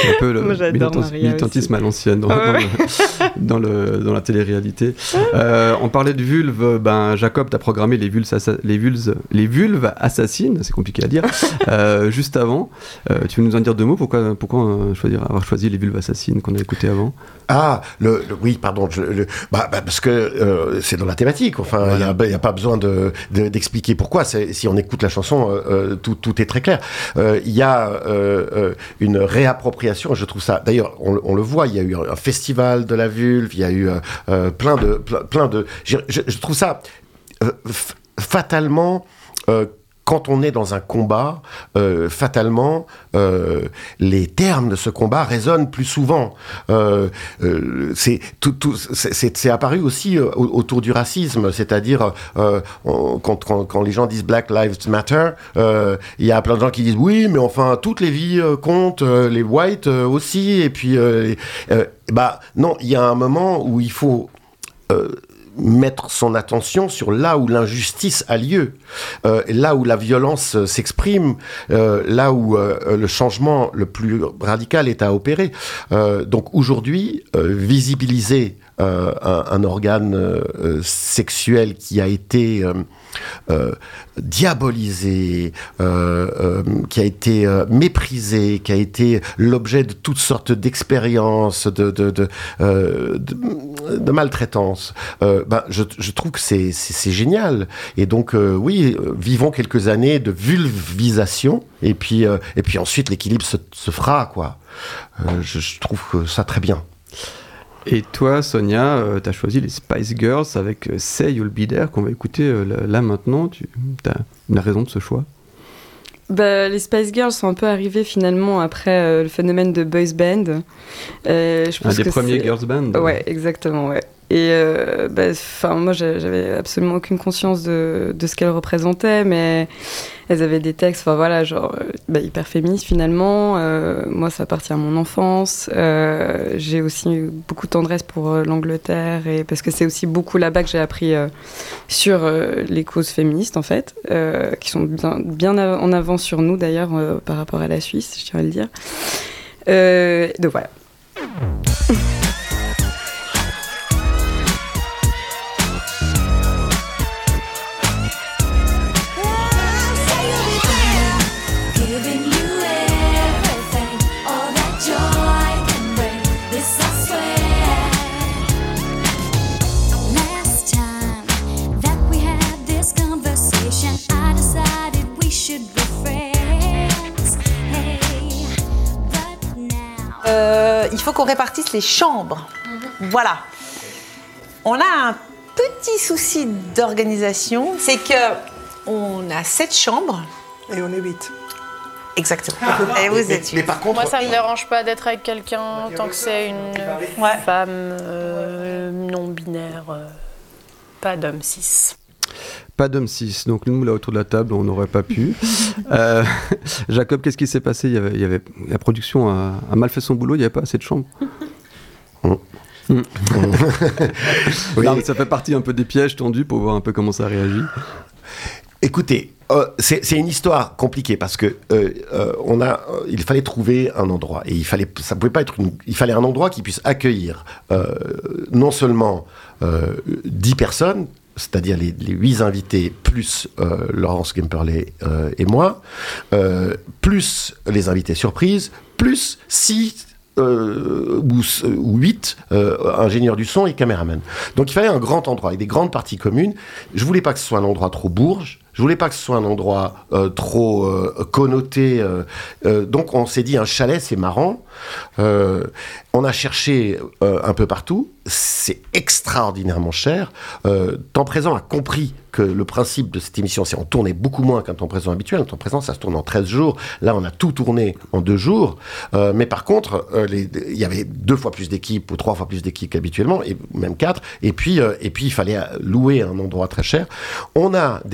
un peu le Moi, j'adore militant- Maria militantisme aussi. à l'ancienne dans, Ouais. dans, le, dans, le, dans la télé-réalité. Euh, on parlait de vulve, ben, Jacob, t'as programmé les vulves, assa- les vulves, les vulves assassines, c'est compliqué à dire, euh, juste avant. Euh, tu veux nous en dire deux mots? Pourquoi, pourquoi euh, choisir, avoir choisi les vulves assassines qu'on a écoutées avant? Ah, le, le- oui, pardon. Je, le, bah, bah, parce que euh, c'est dans la thématique. Enfin, il Voilà. n'y a, a pas besoin de, de, d'expliquer pourquoi. C'est, si on écoute la chanson, euh, euh, tout, tout est très clair. Il y a euh, euh, une réappropriation. Je trouve ça. D'ailleurs, on, on le voit. Il y a eu un, un festival de la vulve. Il y a eu euh, euh, plein de, plein, plein de. Je, je, je trouve ça euh, f- fatalement. Euh, Quand on est dans un combat, euh, fatalement, euh, les termes de ce combat résonnent plus souvent. Euh, euh, c'est, tout, tout, c'est, c'est, c'est apparu aussi euh, autour du racisme, c'est-à-dire euh, on, quand, quand, quand les gens disent Black Lives Matter, euh, il y a plein de gens qui disent oui, mais enfin toutes les vies euh, comptent, euh, les whites euh, aussi, et puis euh, euh, bah non, il y a un moment où il faut euh, mettre son attention sur là où l'injustice a lieu, euh, là où la violence euh, s'exprime, euh, là où euh, le changement le plus radical est à opérer. Euh, donc aujourd'hui, euh, visibiliser euh, un, un organe euh, sexuel qui a été euh, euh, diabolisé, euh, euh, qui a été euh, méprisé, qui a été l'objet de toutes sortes d'expériences, de, de, de, euh, de, de maltraitance, euh, ben, je, je trouve que c'est, c'est, c'est génial. Et donc, euh, oui, euh, vivons quelques années de vulvisation, et puis, euh, et puis ensuite l'équilibre se, se fera, quoi. Euh, je, je trouve que ça très bien. Et toi, Sonia, euh, tu as choisi les Spice Girls avec euh, Say You'll Be There, qu'on va écouter euh, là, là maintenant. Tu as une raison de ce choix? Bah, les Spice Girls sont un peu arrivées finalement après euh, le phénomène de boys band. Euh, je pense Un des que premiers c'est- girls band. Ouais, exactement, ouais. Et euh, bah, 'fin, moi, j'a- j'avais absolument aucune conscience de, de ce qu'elles représentaient, mais elles avaient des textes, enfin voilà, genre euh, bah, hyper féministes finalement. Euh, moi, ça appartient à mon enfance. Euh, j'ai aussi eu beaucoup de tendresse pour euh, l'Angleterre, et parce que c'est aussi beaucoup là-bas que j'ai appris euh, sur euh, les causes féministes en fait, euh, qui sont bien, bien av- en avance sur nous d'ailleurs euh, par rapport à la Suisse, je tiens à le dire. Euh, donc voilà. Giving you everything, all that joy can bring. This I swear. Last time that we had this conversation, I decided we should be friends. Hey, but now. Euh, il faut qu'on répartisse les chambres. Voilà. On a un petit souci d'organisation, c'est que on a sept chambres. Et on est huit. Exactement. Et vous êtes huit. Mais par contre, Moi, ça me dérange pas d'être avec quelqu'un tant que c'est une femme euh, non binaire, euh, pas d'homme cis. Pas d'homme cis, donc nous là autour de la table on n'aurait pas pu. euh, Jacob, qu'est-ce qui s'est passé? il y, avait, il y avait la production a, a mal fait son boulot, il n'y avait pas assez de chambres. Mm. Oui. Non, mais ça fait partie un peu des pièges tendus pour voir un peu comment ça réagit. Écoutez, euh, c'est, c'est une histoire compliquée parce que euh, euh, on a, euh, il fallait trouver un endroit et il fallait, ça pouvait pas être une, il fallait un endroit qui puisse accueillir euh, non seulement euh, dix personnes, c'est-à-dire les, les huit invités plus euh, Laurence Gemperlé euh, et moi, euh, plus les invités surprises, plus six Euh, ou, ou huit euh, ingénieurs du son et caméramen. Donc il fallait un grand endroit avec des grandes parties communes. Je voulais pas que ce soit un endroit trop bourge. Je voulais pas que ce soit un endroit euh, trop euh, connoté. Euh, euh, donc on s'est dit un chalet, c'est marrant. Euh, on a cherché euh, un peu partout. C'est extraordinairement cher. Euh, Temps Présent a compris que le principe de cette émission, c'est on tournait beaucoup moins qu'un Temps Présent habituel. Un Temps Présent, ça se tourne en treize jours. Là, on a tout tourné en deux jours. Euh, mais par contre, euh, les, il y avait deux fois plus d'équipes ou trois fois plus d'équipes qu'habituellement, et même quatre. Et puis, euh, et puis, il fallait louer un endroit très cher. On a décidé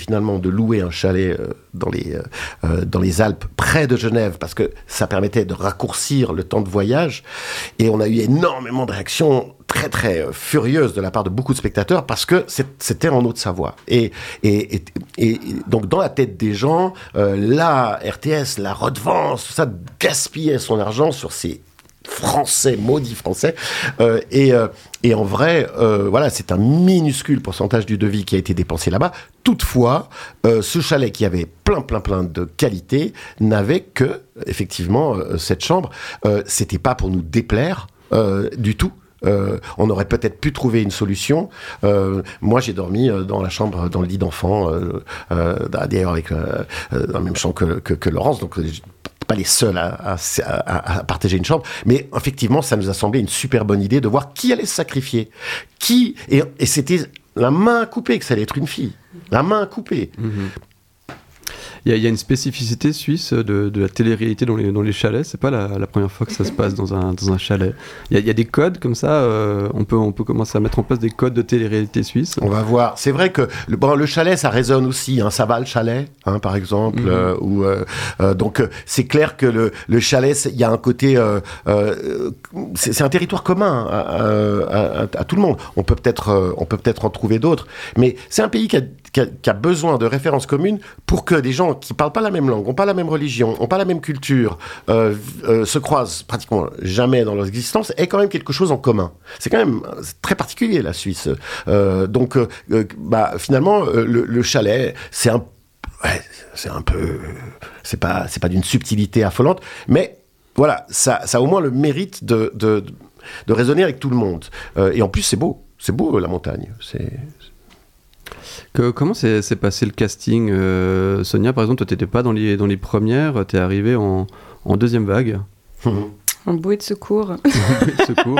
finalement de louer un chalet euh, dans, les, euh, dans les Alpes, près de Genève, parce que ça permettait de raccourcir le temps de voyage. Et on a eu énormément de réactions très très euh, furieuses de la part de beaucoup de spectateurs, parce que c'est, c'était en Haute-Savoie. Et, et, et, et donc dans la tête des gens, euh, la R T S, la redevance, tout ça, gaspillait son argent sur ces français, maudits français, euh, et, euh, et en vrai, euh, voilà, c'est un minuscule pourcentage du devis qui a été dépensé là-bas. Toutefois, euh, ce chalet qui avait plein, plein, plein de qualités n'avait que, effectivement, euh, cette chambre. Euh, c'était pas pour nous déplaire euh, du tout. Euh, on aurait peut-être pu trouver une solution. Euh, moi, j'ai dormi euh, dans la chambre, dans le lit d'enfant, euh, euh, d'ailleurs avec euh, euh, dans la même chambre que, que, que Laurence, donc euh, pas les seuls à, à, à, à partager une chambre, mais effectivement, ça nous a semblé une super bonne idée de voir qui allait se sacrifier, qui et, et c'était la main coupée que ça allait être une fille, la main coupée. Mmh. Il y, a, il y a une spécificité suisse de, de la télé-réalité dans les, dans les chalets. C'est pas la, la première fois que ça se passe dans un, dans un chalet. Il y, a, il y a des codes comme ça. Euh, on, peut, on peut commencer à mettre en place des codes de télé-réalité suisse. On va voir. C'est vrai que le, bon, le chalet, ça résonne aussi. Hein. Ça va le chalet, hein, par exemple. Mm-hmm. euh, ou, euh, euh, donc, euh, c'est clair que le, le chalet, il y a un côté. Euh, euh, c'est, c'est un territoire commun à, à, à, à tout le monde. On peut peut-être, euh, on peut peut-être en trouver d'autres. Mais c'est un pays qui a, qui a, qui a besoin de références communes pour que des gens qui parlent pas la même langue, ont pas la même religion, ont pas la même culture, euh, euh, se croisent pratiquement jamais dans leur existence, aient quand même quelque chose en commun. C'est quand même c'est très particulier, la Suisse. Euh, donc, euh, bah, finalement, euh, le, le chalet, c'est un, ouais, c'est un peu, c'est pas, c'est pas d'une subtilité affolante, mais voilà, ça, ça a au moins le mérite de, de, de raisonner avec tout le monde. Euh, et en plus, c'est beau, c'est beau la montagne. C'est Que, comment s'est, s'est passé le casting euh, Sonia, par exemple, toi, tu n'étais pas dans les, dans les premières, tu es arrivée en, en deuxième vague. En bouée de secours. En bouée de secours.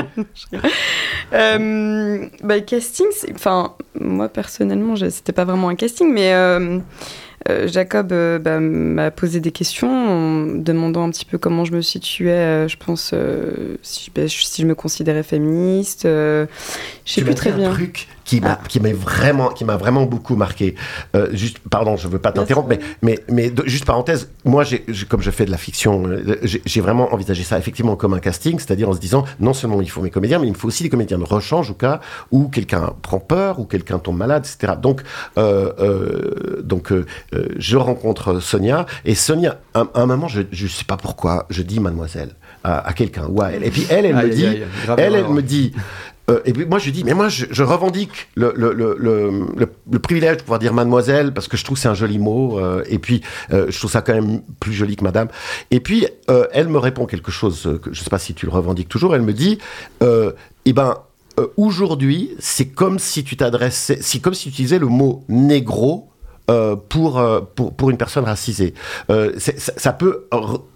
euh, bah, casting, enfin, moi, personnellement, je, c'était pas vraiment un casting, mais euh, euh, Jacob euh, bah, m'a posé des questions en me demandant un petit peu comment je me situais, euh, je pense, euh, si, bah, si je me considérais féministe. Euh, je sais plus très bien. Un truc qui m'a, ah. qui m'a vraiment, qui m'a vraiment beaucoup marqué. Euh, juste, pardon, je veux pas t'interrompre, mais, mais, mais de, juste parenthèse, moi, j'ai, j'ai, comme je fais de la fiction, j'ai, j'ai vraiment envisagé ça effectivement comme un casting, c'est-à-dire en se disant, non seulement il faut mes comédiens, mais il me faut aussi des comédiens de rechange au cas où quelqu'un prend peur, ou quelqu'un tombe malade, et cetera. Donc, euh, euh, donc, euh, je rencontre Sonia, et Sonia, à un, un moment, je, je sais pas pourquoi, je dis mademoiselle à, à quelqu'un ou à elle, et puis elle, elle aïe, me dit, aïe, aïe, elle, elle me dit. Euh, et puis moi je dis, mais moi je, je revendique le, le, le, le, le, le privilège de pouvoir dire mademoiselle, parce que je trouve que c'est un joli mot, euh, et puis euh, je trouve ça quand même plus joli que madame. Et puis euh, elle me répond quelque chose, que je sais pas si tu le revendiques toujours, elle me dit, euh, eh ben euh, aujourd'hui c'est comme si tu t'adressais, c'est comme si tu utilisais le mot négro euh, pour, euh, pour, pour une personne racisée. Euh, c'est, ça, ça peut...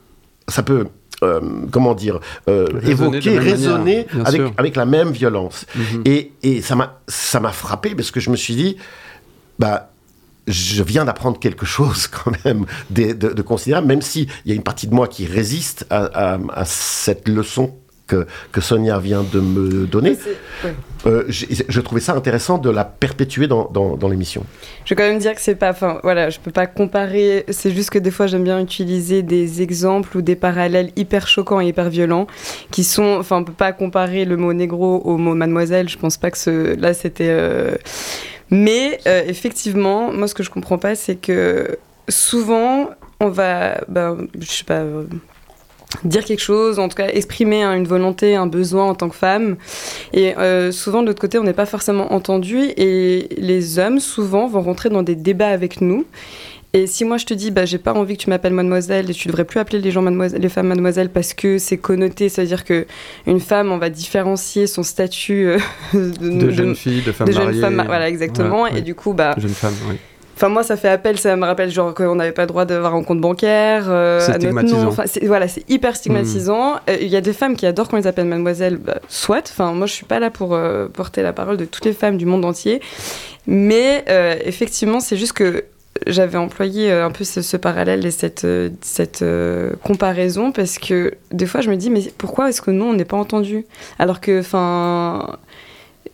Ça peut Euh, comment dire, euh, évoquer, raisonner avec, avec la même violence. Mm-hmm. Et, et ça m'a, ça m'a frappé parce que je me suis dit, bah, je viens d'apprendre quelque chose quand même de, de, de considérable, même s'il y a une partie de moi qui résiste à, à, à cette leçon que, que Sonia vient de me donner. Ouais. Euh, je, je trouvais ça intéressant de la perpétuer dans, dans, dans l'émission. Je vais quand même dire que c'est pas, enfin voilà, je peux pas comparer. C'est juste que des fois j'aime bien utiliser des exemples ou des parallèles hyper choquants et hyper violents, qui sont, enfin on peut pas comparer le mot négro au mot mademoiselle. Je pense pas que ce, là c'était. Euh... Mais euh, effectivement, moi ce que je comprends pas, c'est que souvent on va, ben, je sais pas. Euh... dire quelque chose, en tout cas exprimer hein, une volonté, un besoin en tant que femme. Et euh, souvent, de l'autre côté, on n'est pas forcément entendu. Et les hommes, souvent, vont rentrer dans des débats avec nous. Et si moi, je te dis, bah, j'ai pas envie que tu m'appelles mademoiselle et tu devrais plus appeler les, gens mademoiselle, les femmes mademoiselle parce que c'est connoté, c'est-à-dire qu'une femme, on va différencier son statut euh, de, de, de jeune fille, de femme de mariée. Jeune femme, voilà, exactement. Ouais, et oui. Du coup, bah... Jeune femme, oui. Enfin, moi, ça fait appel, ça me rappelle genre qu'on n'avait pas le droit d'avoir un compte bancaire. Euh, c'est à stigmatisant. Notre nom. Enfin, c'est, voilà, c'est hyper stigmatisant. Il mmh. euh, y a des femmes qui adorent qu'on les appelle mademoiselle, bah, soit. Enfin, moi, je suis pas là pour euh, porter la parole de toutes les femmes du monde entier. Mais euh, effectivement, c'est juste que j'avais employé euh, un peu ce, ce parallèle et cette, euh, cette euh, comparaison parce que des fois, je me dis, mais pourquoi est-ce que nous, on n'est pas entendus ? Alors que, enfin...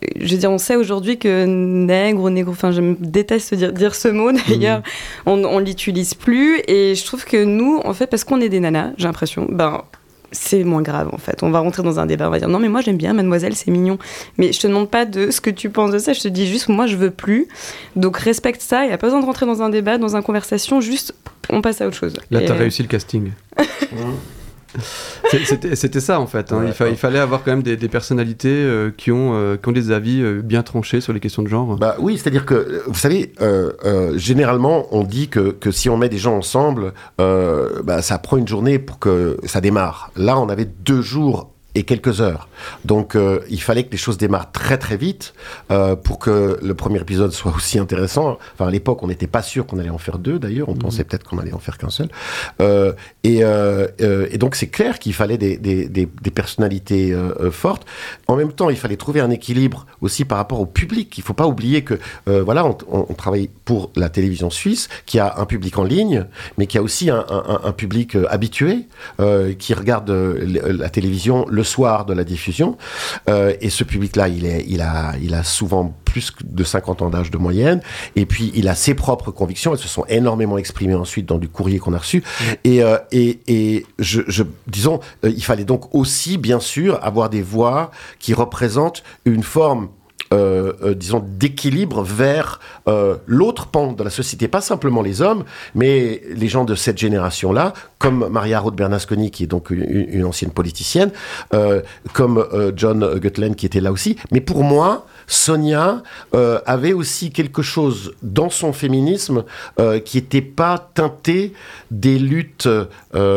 je veux dire, on sait aujourd'hui que nègre ou négro, enfin, je me déteste dire, dire ce mot d'ailleurs, mmh. on, on l'utilise plus. Et je trouve que nous, en fait, parce qu'on est des nanas, j'ai l'impression, ben, c'est moins grave en fait. On va rentrer dans un débat, on va dire non mais moi j'aime bien mademoiselle, c'est mignon. Mais je te demande pas de ce que tu penses de ça, je te dis juste moi je veux plus. Donc respecte ça, il n'y a pas besoin de rentrer dans un débat, dans une conversation, juste on passe à autre chose. Là Et t'as euh... réussi le casting. C'était, c'était ça en fait, hein. Ouais, il, fa- il fallait avoir quand même des, des personnalités euh, qui, ont, euh, qui ont des avis euh, bien tranchés sur les questions de genre. Bah oui, c'est-à-dire que, vous savez, euh, euh, généralement on dit que, que si on met des gens ensemble, euh, bah, ça prend une journée pour que ça démarre. Là on avait deux jours et quelques heures. Donc euh, il fallait que les choses démarrent très très vite euh, pour que le premier épisode soit aussi intéressant. Enfin à l'époque on n'était pas sûr qu'on allait en faire deux d'ailleurs, on mmh. pensait peut-être qu'on allait en faire qu'un seul. Euh, et, euh, euh, et donc c'est clair qu'il fallait des, des, des, des personnalités euh, fortes. En même temps il fallait trouver un équilibre aussi par rapport au public. Il ne faut pas oublier que euh, voilà, on, on, on travaille pour la télévision suisse qui a un public en ligne, mais qui a aussi un, un, un public habitué euh, qui regarde euh, la télévision le soir de la diffusion, euh, et ce public-là, il, est, il, a, il a souvent plus de cinquante ans d'âge de moyenne, et puis il a ses propres convictions, elles se sont énormément exprimées ensuite dans du courrier qu'on a reçu, mmh. et, euh, et, et je, je, disons, euh, il fallait donc aussi, bien sûr, avoir des voix qui représentent une forme Euh, euh, disons, d'équilibre vers euh, l'autre pan de la société, pas simplement les hommes, mais les gens de cette génération-là, comme Maria Roth Bernasconi, qui est donc une, une ancienne politicienne, euh, comme euh, John Gutland, qui était là aussi. Mais pour moi, Sonia euh, avait aussi quelque chose dans son féminisme euh, qui n'était pas teinté des luttes euh,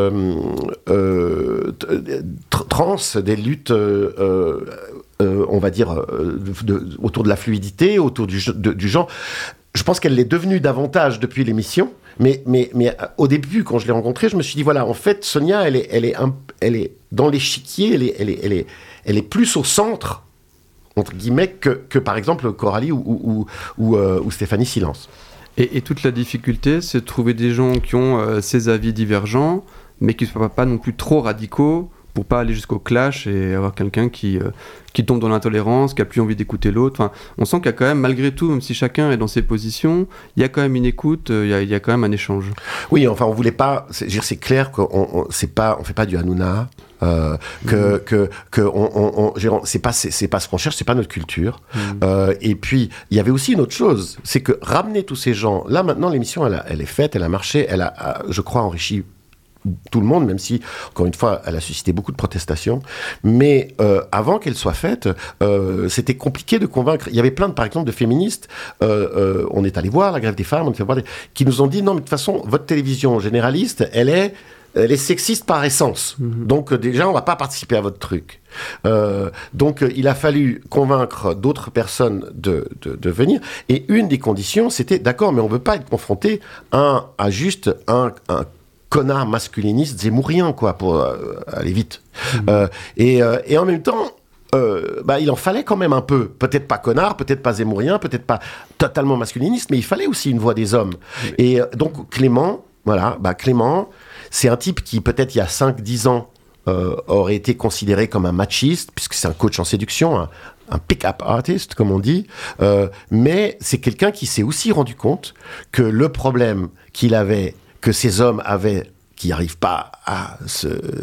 euh, trans, des luttes... Euh, Euh, on va dire, euh, de, de, autour de la fluidité, autour du, de, du genre. Je pense qu'elle l'est devenue davantage depuis l'émission, mais, mais, mais au début, quand je l'ai rencontrée, je me suis dit, voilà, en fait, Sonia, elle est, elle est, un, elle est dans l'échiquier, elle est, elle est, elle est, elle est plus au centre, entre guillemets, que, que par exemple Coralie ou, ou, ou, euh, ou Stéphanie Silence. Et, et toute la difficulté, c'est de trouver des gens qui ont euh, ces avis divergents, mais qui ne soient pas non plus trop radicaux, pour pas aller jusqu'au clash et avoir quelqu'un qui, euh, qui tombe dans l'intolérance, qui a plus envie d'écouter l'autre. Enfin, on sent qu'il y a quand même, malgré tout, même si chacun est dans ses positions, il y a quand même une écoute, euh, il, y a, il y a quand même un échange. Oui, enfin, on voulait pas... C'est, c'est clair qu'on on, c'est pas, on fait pas du Hanouna, euh, que, mmh. que, que on, on, on, c'est pas, c'est, c'est pas ce qu'on cherche, c'est pas notre culture. Mmh. Euh, et puis, il y avait aussi une autre chose, c'est que ramener tous ces gens... Là, maintenant, l'émission, elle, a, elle est faite, elle a marché, elle a, je crois, enrichi tout le monde, même si, encore une fois, elle a suscité beaucoup de protestations. Mais euh, avant qu'elle soit faite, euh, c'était compliqué de convaincre. Il y avait plein, de, par exemple, de féministes. Euh, euh, on est allé voir la grève des femmes, on est allé voir des, qui nous ont dit non, mais de toute façon, votre télévision généraliste, elle est, elle est sexiste par essence. Mmh. Donc déjà, on va pas participer à votre truc. Euh, donc il a fallu convaincre d'autres personnes de, de, de venir. Et une des conditions, c'était d'accord, mais on veut pas être confronté à, à juste un, un connard masculiniste zémourien, quoi, pour euh, aller vite. Mmh. Euh, et, euh, et en même temps, euh, bah, il en fallait quand même un peu. Peut-être pas connard, peut-être pas zémourien, peut-être pas totalement masculiniste, mais il fallait aussi une voix des hommes. Mmh. Et euh, donc Clément, voilà, bah, Clément, c'est un type qui, peut-être il y a cinq dix ans, euh, aurait été considéré comme un machiste, puisque c'est un coach en séduction, un, un pick-up artist, comme on dit, euh, mais c'est quelqu'un qui s'est aussi rendu compte que le problème qu'il avait, que ces hommes avaient, qui n'arrivent pas à se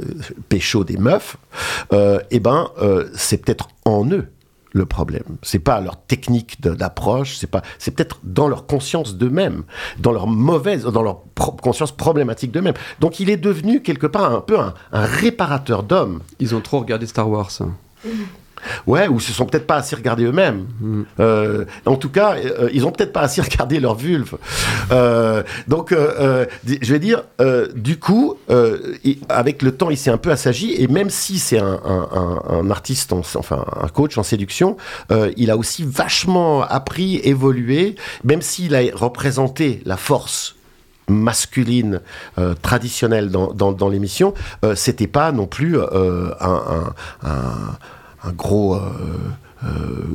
pécho des meufs, euh, eh ben, euh, c'est peut-être en eux le problème. C'est pas leur technique de, d'approche, c'est pas, c'est peut-être dans leur conscience d'eux-mêmes, dans leur mauvaise, dans leur pro- conscience problématique d'eux-mêmes. Donc il est devenu quelque part un peu un, un réparateur d'hommes. Ils ont trop regardé Star Wars. Hein. Ouais, ou se sont peut-être pas assez regardés eux-mêmes. Mmh. Euh, en tout cas, euh, ils ont peut-être pas assez regardé leur vulve. Euh, donc, euh, euh, je vais dire, euh, du coup, euh, il, avec le temps, il s'est un peu assagi. Et même si c'est un, un, un, un artiste, en, enfin un coach en séduction, euh, il a aussi vachement appris, évolué. Même s'il a représenté la force masculine euh, traditionnelle dans, dans, dans l'émission, euh, c'était pas non plus euh, un, un, un un gros euh, euh,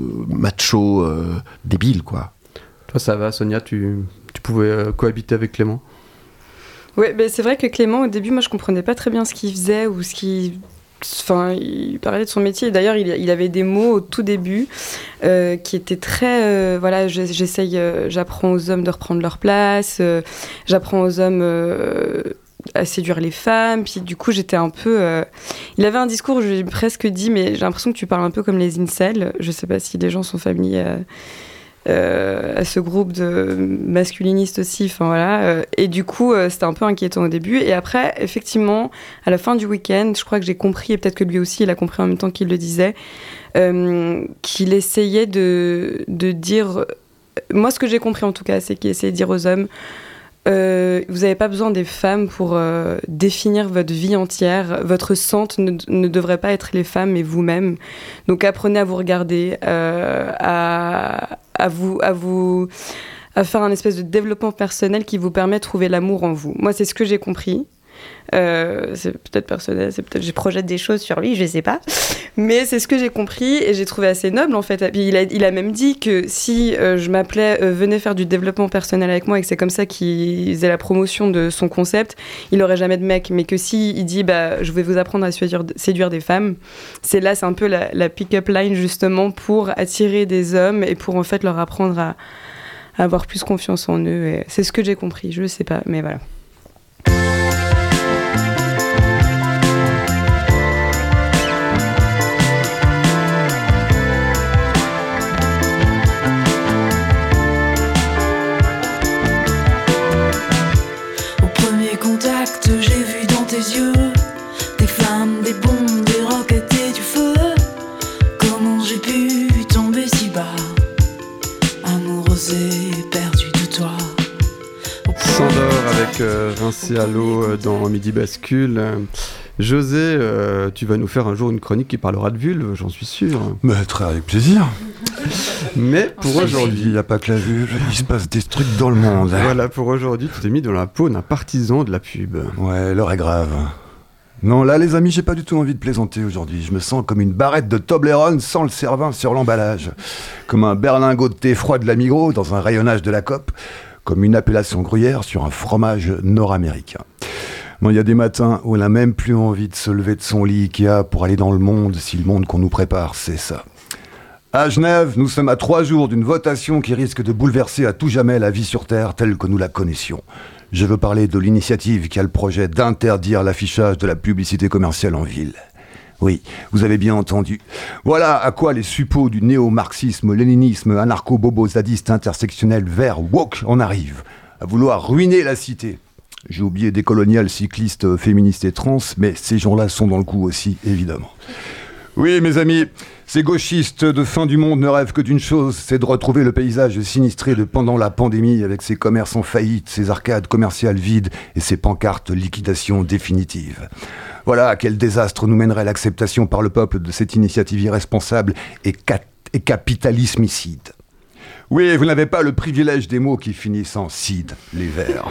macho euh, débile, quoi. Toi, ça va, Sonia, tu, tu pouvais euh, cohabiter avec Clément ? Ouais, ben c'est vrai que Clément, au début, moi, je comprenais pas très bien ce qu'il faisait ou ce qu'il Enfin, il parlait de son métier. D'ailleurs, il, il avait des mots au tout début euh, qui étaient très. Euh, voilà, j'essaye, euh, j'apprends aux hommes de reprendre leur place. Euh, j'apprends aux hommes euh, à séduire les femmes. Puis du coup, j'étais un peu. Euh, il avait un discours, j'ai presque dit, mais j'ai l'impression que tu parles un peu comme les incels. Je sais pas si les gens sont familiers. À, Euh, à ce groupe de masculinistes aussi, enfin voilà. Euh, et du coup, euh, c'était un peu inquiétant au début. Et après, effectivement, à la fin du week-end, je crois que j'ai compris, et peut-être que lui aussi, il a compris en même temps qu'il le disait, euh, qu'il essayait de, de dire... Moi, ce que j'ai compris en tout cas, c'est qu'il essayait de dire aux hommes, euh, vous n'avez pas besoin des femmes pour euh, définir votre vie entière. Votre centre ne, ne devrait pas être les femmes, mais vous-même. Donc apprenez à vous regarder, euh, à, à, vous, à, vous, à faire un espèce de développement personnel qui vous permet de trouver l'amour en vous. Moi, c'est ce que j'ai compris. Euh, c'est peut-être personnel, c'est peut-être je projette des choses sur lui, je sais pas, mais c'est ce que j'ai compris et j'ai trouvé assez noble en fait. Et puis il a, il a même dit que si euh, je m'appelais euh, venez faire du développement personnel avec moi et que c'est comme ça qu'il faisait la promotion de son concept, il aurait jamais de mec, mais que si il dit bah je vais vous apprendre à séduire, séduire des femmes, c'est là, c'est un peu la, la pick-up line justement pour attirer des hommes et pour en fait leur apprendre à, à avoir plus confiance en eux. Et c'est ce que j'ai compris, je sais pas, mais voilà. J'ai vu dans tes yeux des flammes, des bombes, des roquettes et du feu. Comment j'ai pu tomber si bas, amoureuse et perdue de toi. S'endort avec euh, Rincé à l'eau euh, dans Midi Bascule. Euh, José, euh, tu vas nous faire un jour une chronique qui parlera de vulve, j'en suis sûr. Mais très avec plaisir. Mais pour aujourd'hui, il n'y a pas que la vulve, il se passe des trucs dans le monde. Voilà, pour aujourd'hui, tu t'es mis dans la peau d'un partisan de la pub. Ouais, l'heure est grave. Non, là, les amis, j'ai pas du tout envie de plaisanter aujourd'hui. Je me sens comme une barrette de Toblerone sans le cervin sur l'emballage. Comme un berlingot de thé froid de la Migros dans un rayonnage de la COP. Comme une appellation gruyère sur un fromage nord-américain. Bon, il y a des matins où on n'a même plus envie de se lever de son lit Ikea pour aller dans le monde, si le monde qu'on nous prépare, c'est ça. À Genève, nous sommes à trois jours d'une votation qui risque de bouleverser à tout jamais la vie sur Terre telle que nous la connaissions. Je veux parler de l'initiative qui a le projet d'interdire l'affichage de la publicité commerciale en ville. Oui, vous avez bien entendu. Voilà à quoi les suppôts du néo-marxisme, léninisme, anarcho-bobo-zadiste, intersectionnel, vert, woke en arrivent. À vouloir ruiner la cité. J'ai oublié des coloniales cyclistes, féministes et trans, mais ces gens-là sont dans le coup aussi, évidemment. Oui, mes amis, ces gauchistes de fin du monde ne rêvent que d'une chose, c'est de retrouver le paysage sinistré de pendant la pandémie avec ses commerces en faillite, ses arcades commerciales vides et ses pancartes liquidation définitive. Voilà à quel désastre nous mènerait l'acceptation par le peuple de cette initiative irresponsable et, cat- et capitalismicide. Oui, vous n'avez pas le privilège des mots qui finissent en cide, les verts.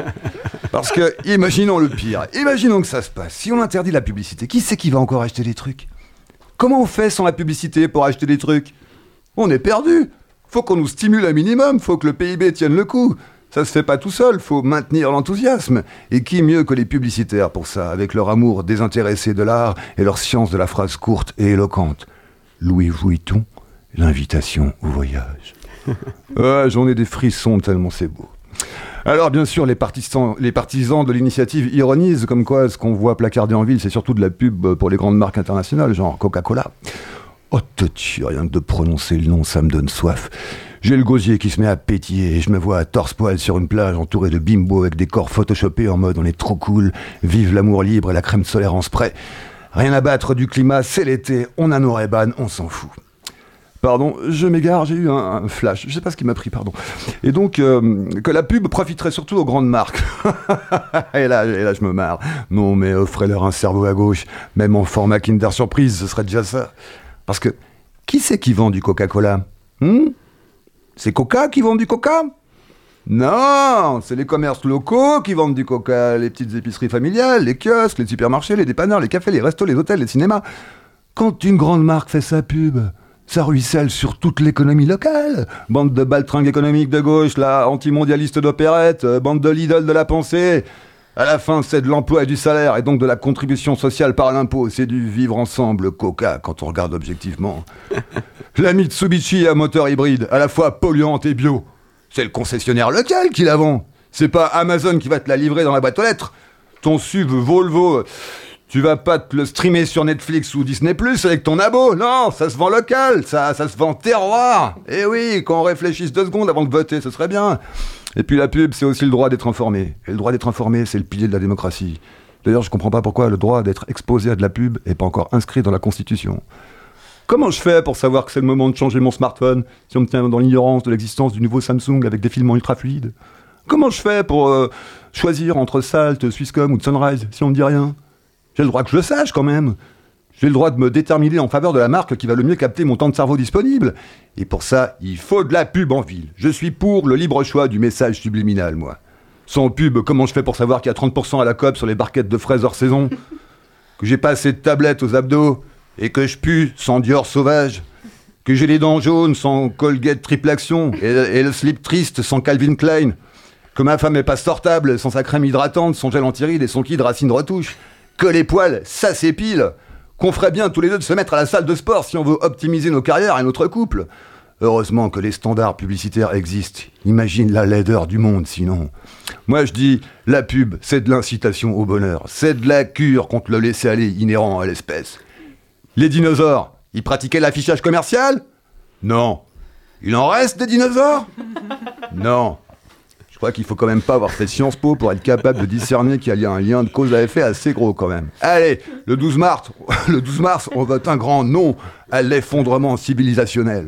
Parce que, imaginons le pire, imaginons que ça se passe. Si on interdit la publicité, qui c'est qui va encore acheter des trucs ? Comment on fait sans la publicité pour acheter des trucs ? On est perdu. Faut qu'on nous stimule un minimum, faut que le P I B tienne le coup. Ça se fait pas tout seul, faut maintenir l'enthousiasme. Et qui mieux que les publicitaires pour ça, avec leur amour désintéressé de l'art et leur science de la phrase courte et éloquente. Louis Vuitton, l'invitation au voyage. Ouais, j'en ai des frissons tellement c'est beau. Alors bien sûr, les partisans, les partisans de l'initiative ironisent comme quoi ce qu'on voit placardé en ville, c'est surtout de la pub pour les grandes marques internationales, genre Coca-Cola. Oh, tu rien que de prononcer le nom, ça me donne soif. J'ai le gosier qui se met à pétiller et je me vois à torse-poil sur une plage entouré de bimbos avec des corps photoshopés en mode on est trop cool, vive l'amour libre et la crème solaire en spray. Rien à battre du climat, c'est l'été, on a nos Ray-Ban, on s'en fout. Pardon, je m'égare, j'ai eu un, un flash, je sais pas ce qui m'a pris, pardon. Et donc, euh, que la pub profiterait surtout aux grandes marques. et, là, et là, je me marre. Non, mais offrez-leur un cerveau à gauche, même en format Kinder Surprise, ce serait déjà ça. Parce que, qui c'est qui vend du Coca-Cola ? hmm C'est Coca qui vend du Coca ? Non, c'est les commerces locaux qui vendent du Coca, les petites épiceries familiales, les kiosques, les supermarchés, les dépanneurs, les cafés, les restos, les hôtels, les cinémas. Quand une grande marque fait sa pub, ça ruisselle sur toute l'économie locale. Bande de baltringues économiques de gauche, là, antimondialistes d'opérette, bande de Lidl de la pensée. À la fin, c'est de l'emploi et du salaire, et donc de la contribution sociale par l'impôt. C'est du vivre ensemble coca, quand on regarde objectivement. La Mitsubishi à moteur hybride, à la fois polluante et bio. C'est le concessionnaire local qui la vend. C'est pas Amazon qui va te la livrer dans la boîte aux lettres. Ton S U V Volvo, tu vas pas te le streamer sur Netflix ou Disney plus, avec ton abo. Non, ça se vend local, ça, ça se vend terroir. Et oui, quand on réfléchisse deux secondes avant de voter, ce serait bien. Et puis la pub, c'est aussi le droit d'être informé. Et le droit d'être informé, c'est le pilier de la démocratie. D'ailleurs, je comprends pas pourquoi le droit d'être exposé à de la pub est pas encore inscrit dans la Constitution. Comment je fais pour savoir que c'est le moment de changer mon smartphone si on me tient dans l'ignorance de l'existence du nouveau Samsung avec des filaments ultra fluides? Comment je fais pour euh, choisir entre Salt, Swisscom ou Sunrise si on me dit rien? J'ai le droit que je le sache quand même. J'ai le droit de me déterminer en faveur de la marque qui va le mieux capter mon temps de cerveau disponible. Et pour ça, il faut de la pub en ville. Je suis pour le libre choix du message subliminal, moi. Sans pub, comment je fais pour savoir qu'il y a trente pour cent à la coop sur les barquettes de fraises hors saison? Que j'ai pas assez de tablettes aux abdos? Et que je pue sans Dior sauvage? Que j'ai les dents jaunes sans Colgate triple action? Et, et le slip triste sans Calvin Klein? Que ma femme est pas sortable sans sa crème hydratante, son gel anti-rides et son kit racine retouche? Que les poils, ça s'épile? Qu'on ferait bien tous les deux de se mettre à la salle de sport si on veut optimiser nos carrières et notre couple? Heureusement que les standards publicitaires existent. Imagine la laideur du monde sinon. Moi je dis, la pub, c'est de l'incitation au bonheur. C'est de la cure contre le laisser-aller inhérent à l'espèce. Les dinosaures, ils pratiquaient l'affichage commercial? Non. Il en reste des dinosaures? Non. Je crois qu'il faut quand même pas avoir fait Sciences Po pour être capable de discerner qu'il y a un lien de cause à effet assez gros quand même. Allez, le douze mars, le douze mars, on vote un grand non à l'effondrement civilisationnel.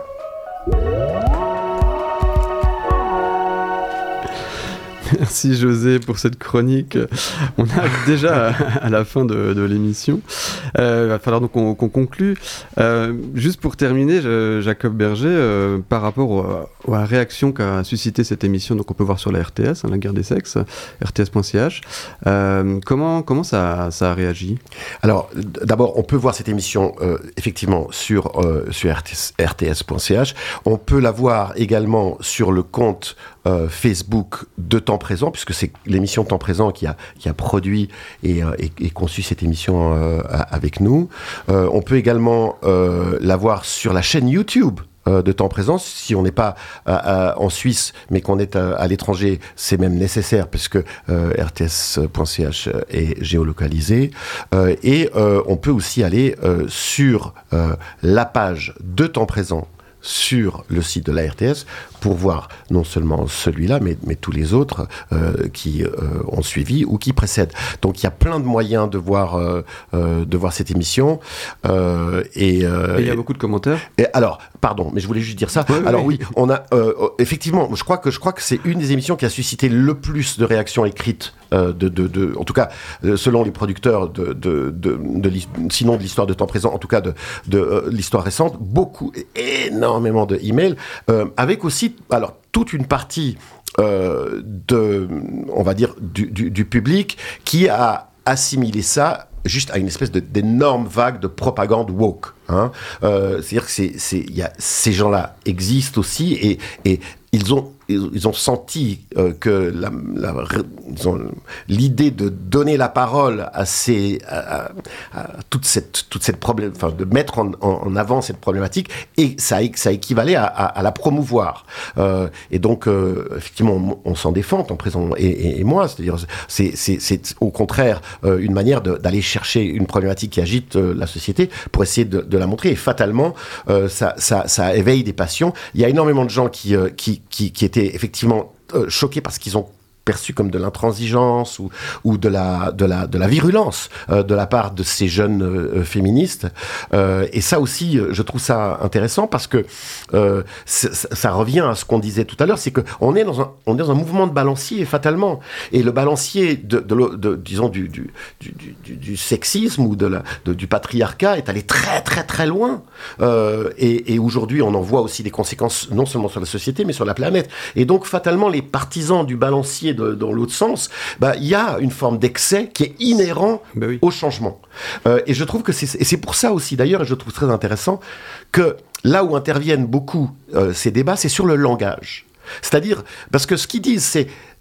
Merci José pour cette chronique. On arrive déjà à, à la fin de, de l'émission. Il euh, va falloir donc qu'on, qu'on conclue. Euh, juste pour terminer, je, Jacob Berger, euh, par rapport au, à la réaction qu'a suscité cette émission, donc on peut voir sur la R T S, hein, la guerre des sexes, r t s point c h. Euh, comment comment ça, ça a réagi? Alors, d'abord, on peut voir cette émission euh, effectivement sur, euh, sur r t s point c h. On peut la voir également sur le compte Euh, Facebook de Temps Présent, puisque c'est l'émission Temps Présent qui a, qui a produit et, euh, et, et conçu cette émission euh, avec nous. Euh, on peut également euh, la voir sur la chaîne YouTube euh, de Temps Présent. Si on n'est pas euh, euh, en Suisse, mais qu'on est à, à l'étranger, c'est même nécessaire, puisque euh, r t s point c h est géolocalisé. Euh, et euh, on peut aussi aller euh, sur euh, la page de Temps Présent sur le site de la R T S pour voir non seulement celui-là, mais, mais tous les autres euh, qui euh, ont suivi ou qui précèdent. Donc il y a plein de moyens de voir, euh, euh, de voir cette émission. Euh, et, euh, et il y a beaucoup de commentaires. Et alors, pardon, mais je voulais juste dire ça. Oui, alors oui, oui, on a euh, effectivement, je crois que je crois que c'est une des émissions qui a suscité le plus de réactions écrites. Euh, de, de, de, en tout cas, euh, selon les producteurs, de, de, de, de, de, sinon de l'histoire de Temps Présent, en tout cas de, de euh, l'histoire récente, beaucoup, énormément de emails, euh, avec aussi, alors toute une partie euh, de, on va dire, du, du, du public qui a assimilé ça juste à une espèce de, d'énorme vague de propagande woke. Hein. Euh, c'est-à-dire que c'est, c'est, y a, ces gens-là existent aussi et, et ils ont ils ont senti euh, que la, la, ils ont, l'idée de donner la parole à ces à, à, à toute cette toute cette problème, enfin de mettre en, en, en avant cette problématique, et ça ça équivalait à, à, à la promouvoir. Euh, et donc euh, effectivement on, on s'en défend en présent et, et, et moi, c'est-à-dire c'est c'est c'est au contraire euh, une manière de, d'aller chercher une problématique qui agite euh, la société pour essayer de, de la montrer, et fatalement euh, ça ça ça éveille des passions. Il y a énormément de gens qui euh, qui qui qui étaient effectivement euh, choqués parce qu'ils ont perçu comme de l'intransigeance ou, ou de, la, de, la, de la virulence euh, de la part de ces jeunes euh, féministes. Euh, et ça aussi, je trouve ça intéressant parce que euh, ça revient à ce qu'on disait tout à l'heure, c'est qu'on est dans un, on est dans un mouvement de balancier, fatalement. Et le balancier, de, de, de, disons, du, du, du, du, du sexisme ou de la, de, du patriarcat est allé très, très, très loin. Euh, et, et aujourd'hui, on en voit aussi des conséquences, non seulement sur la société, mais sur la planète. Et donc, fatalement, les partisans du balancier De, dans l'autre sens, bah, il y a une forme d'excès qui est inhérent bah oui. au changement. Euh, et je trouve que c'est, et c'est pour ça aussi, d'ailleurs, et je trouve très intéressant, que là où interviennent beaucoup euh, ces débats, c'est sur le langage. C'est-à-dire, parce que ce qu'ils disent, c'est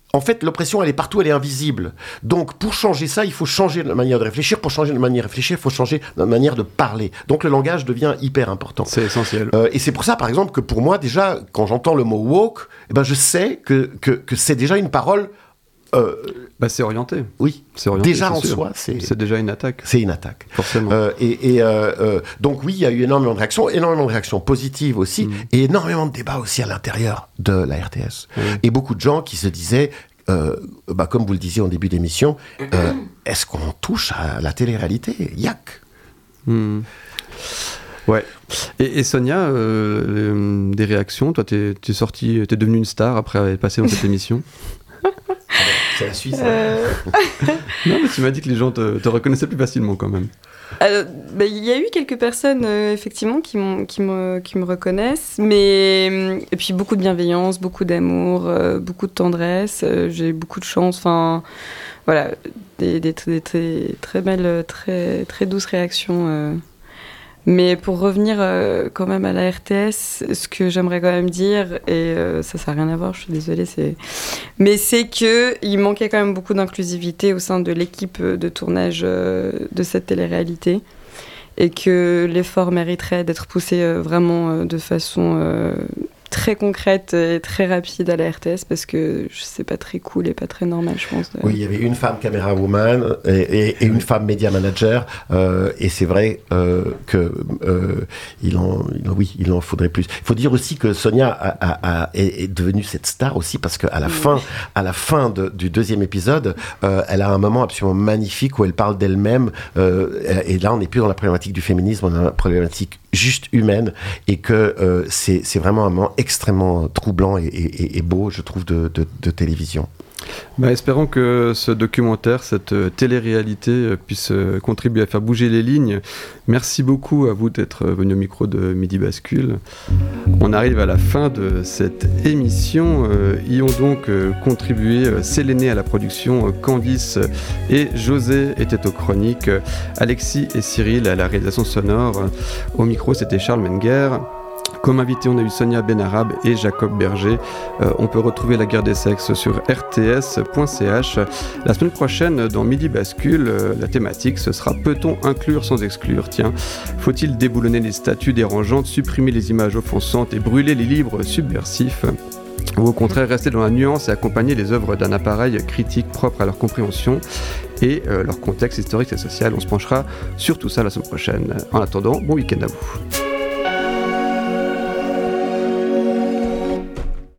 en fait, l'oppression, elle est partout, elle est invisible. Donc, pour changer ça, il faut changer notre manière de réfléchir. Pour changer notre manière de réfléchir, il faut changer notre manière de parler. Donc, le langage devient hyper important. C'est essentiel. Euh, et c'est pour ça, par exemple, que pour moi, déjà, quand j'entends le mot woke, eh ben, je sais que, que, que c'est déjà une parole... Euh, bah, c'est orienté. Oui. C'est orienté, déjà c'est en sûr. soi, c'est... C'est déjà une attaque. C'est une attaque. Forcément. Euh, et et euh, euh, donc oui, il y a eu énormément de réactions, énormément de réactions positives aussi, mmh. et énormément de débats aussi à l'intérieur de la R T S. Mmh. Et beaucoup de gens qui se disaient, euh, bah, comme vous le disiez en début d'émission, euh, est-ce qu'on touche à la télé-réalité ? Yac. Mmh. Ouais. Et, et Sonia, euh, des réactions ? Toi, t'es, t'es sortie, t'es devenue une star après avoir passé dans cette émission. C'est la Suisse. Euh... Non, mais tu m'as dit que les gens te, te reconnaissaient plus facilement quand même. Il euh, bah, y a eu quelques personnes, euh, effectivement, qui, m'ont, qui, me, qui me reconnaissent, mais... Et puis beaucoup de bienveillance, beaucoup d'amour, euh, beaucoup de tendresse, euh, j'ai beaucoup de chance, enfin... Voilà, des, des, des, des très belles, très, très douces réactions... Euh... Mais pour revenir euh, quand même à la R T S, ce que j'aimerais quand même dire, et euh, ça ça n'a rien à voir, je suis désolée, c'est... mais c'est qu'il manquait quand même beaucoup d'inclusivité au sein de l'équipe de tournage euh, de cette télé-réalité, et que l'effort mériterait d'être poussé euh, vraiment euh, de façon euh, très concrète et très rapide à la R T S, parce que c'est pas très cool et pas très normal, je pense. De... Oui, il y avait une femme caméra woman et, et, et une femme média manager, euh, et c'est vrai euh, que euh, il en, il, oui, il en faudrait plus. Il faut dire aussi que Sonia a, a, a, est, est devenue cette star aussi parce qu'à la oui. fin, à la fin de, du deuxième épisode, euh, elle a un moment absolument magnifique où elle parle d'elle-même, euh, et là on n'est plus dans la problématique du féminisme, on a la problématique juste humaine, et que euh, c'est, c'est vraiment un moment extrêmement troublant et, et, et beau, je trouve, de, de, de télévision. Bah, espérons que ce documentaire, cette euh, télé-réalité euh, puisse euh, contribuer à faire bouger les lignes. Merci beaucoup à vous d'être euh, venu au micro de Midi Bascule. On arrive à la fin de cette émission. Euh, y ont donc euh, contribué euh, Séléné à la production, euh, Candice et José étaient aux chroniques, euh, Alexis et Cyril à la réalisation sonore. Euh, au micro, c'était Charles Menger. Comme invité, on a eu Sonia Benarab et Jacob Berger. Euh, on peut retrouver La Guerre des Sexes sur r t s point c h. La semaine prochaine, dans Midi Bascule, euh, la thématique, ce sera « Peut-on inclure sans exclure ?» Tiens, faut-il déboulonner les statuts dérangeantes, supprimer les images offensantes et brûler les livres subversifs ? Ou au contraire, rester dans la nuance et accompagner les œuvres d'un appareil critique propre à leur compréhension et euh, leur contexte historique et social. On se penchera sur tout ça la semaine prochaine. En attendant, bon week-end à vous.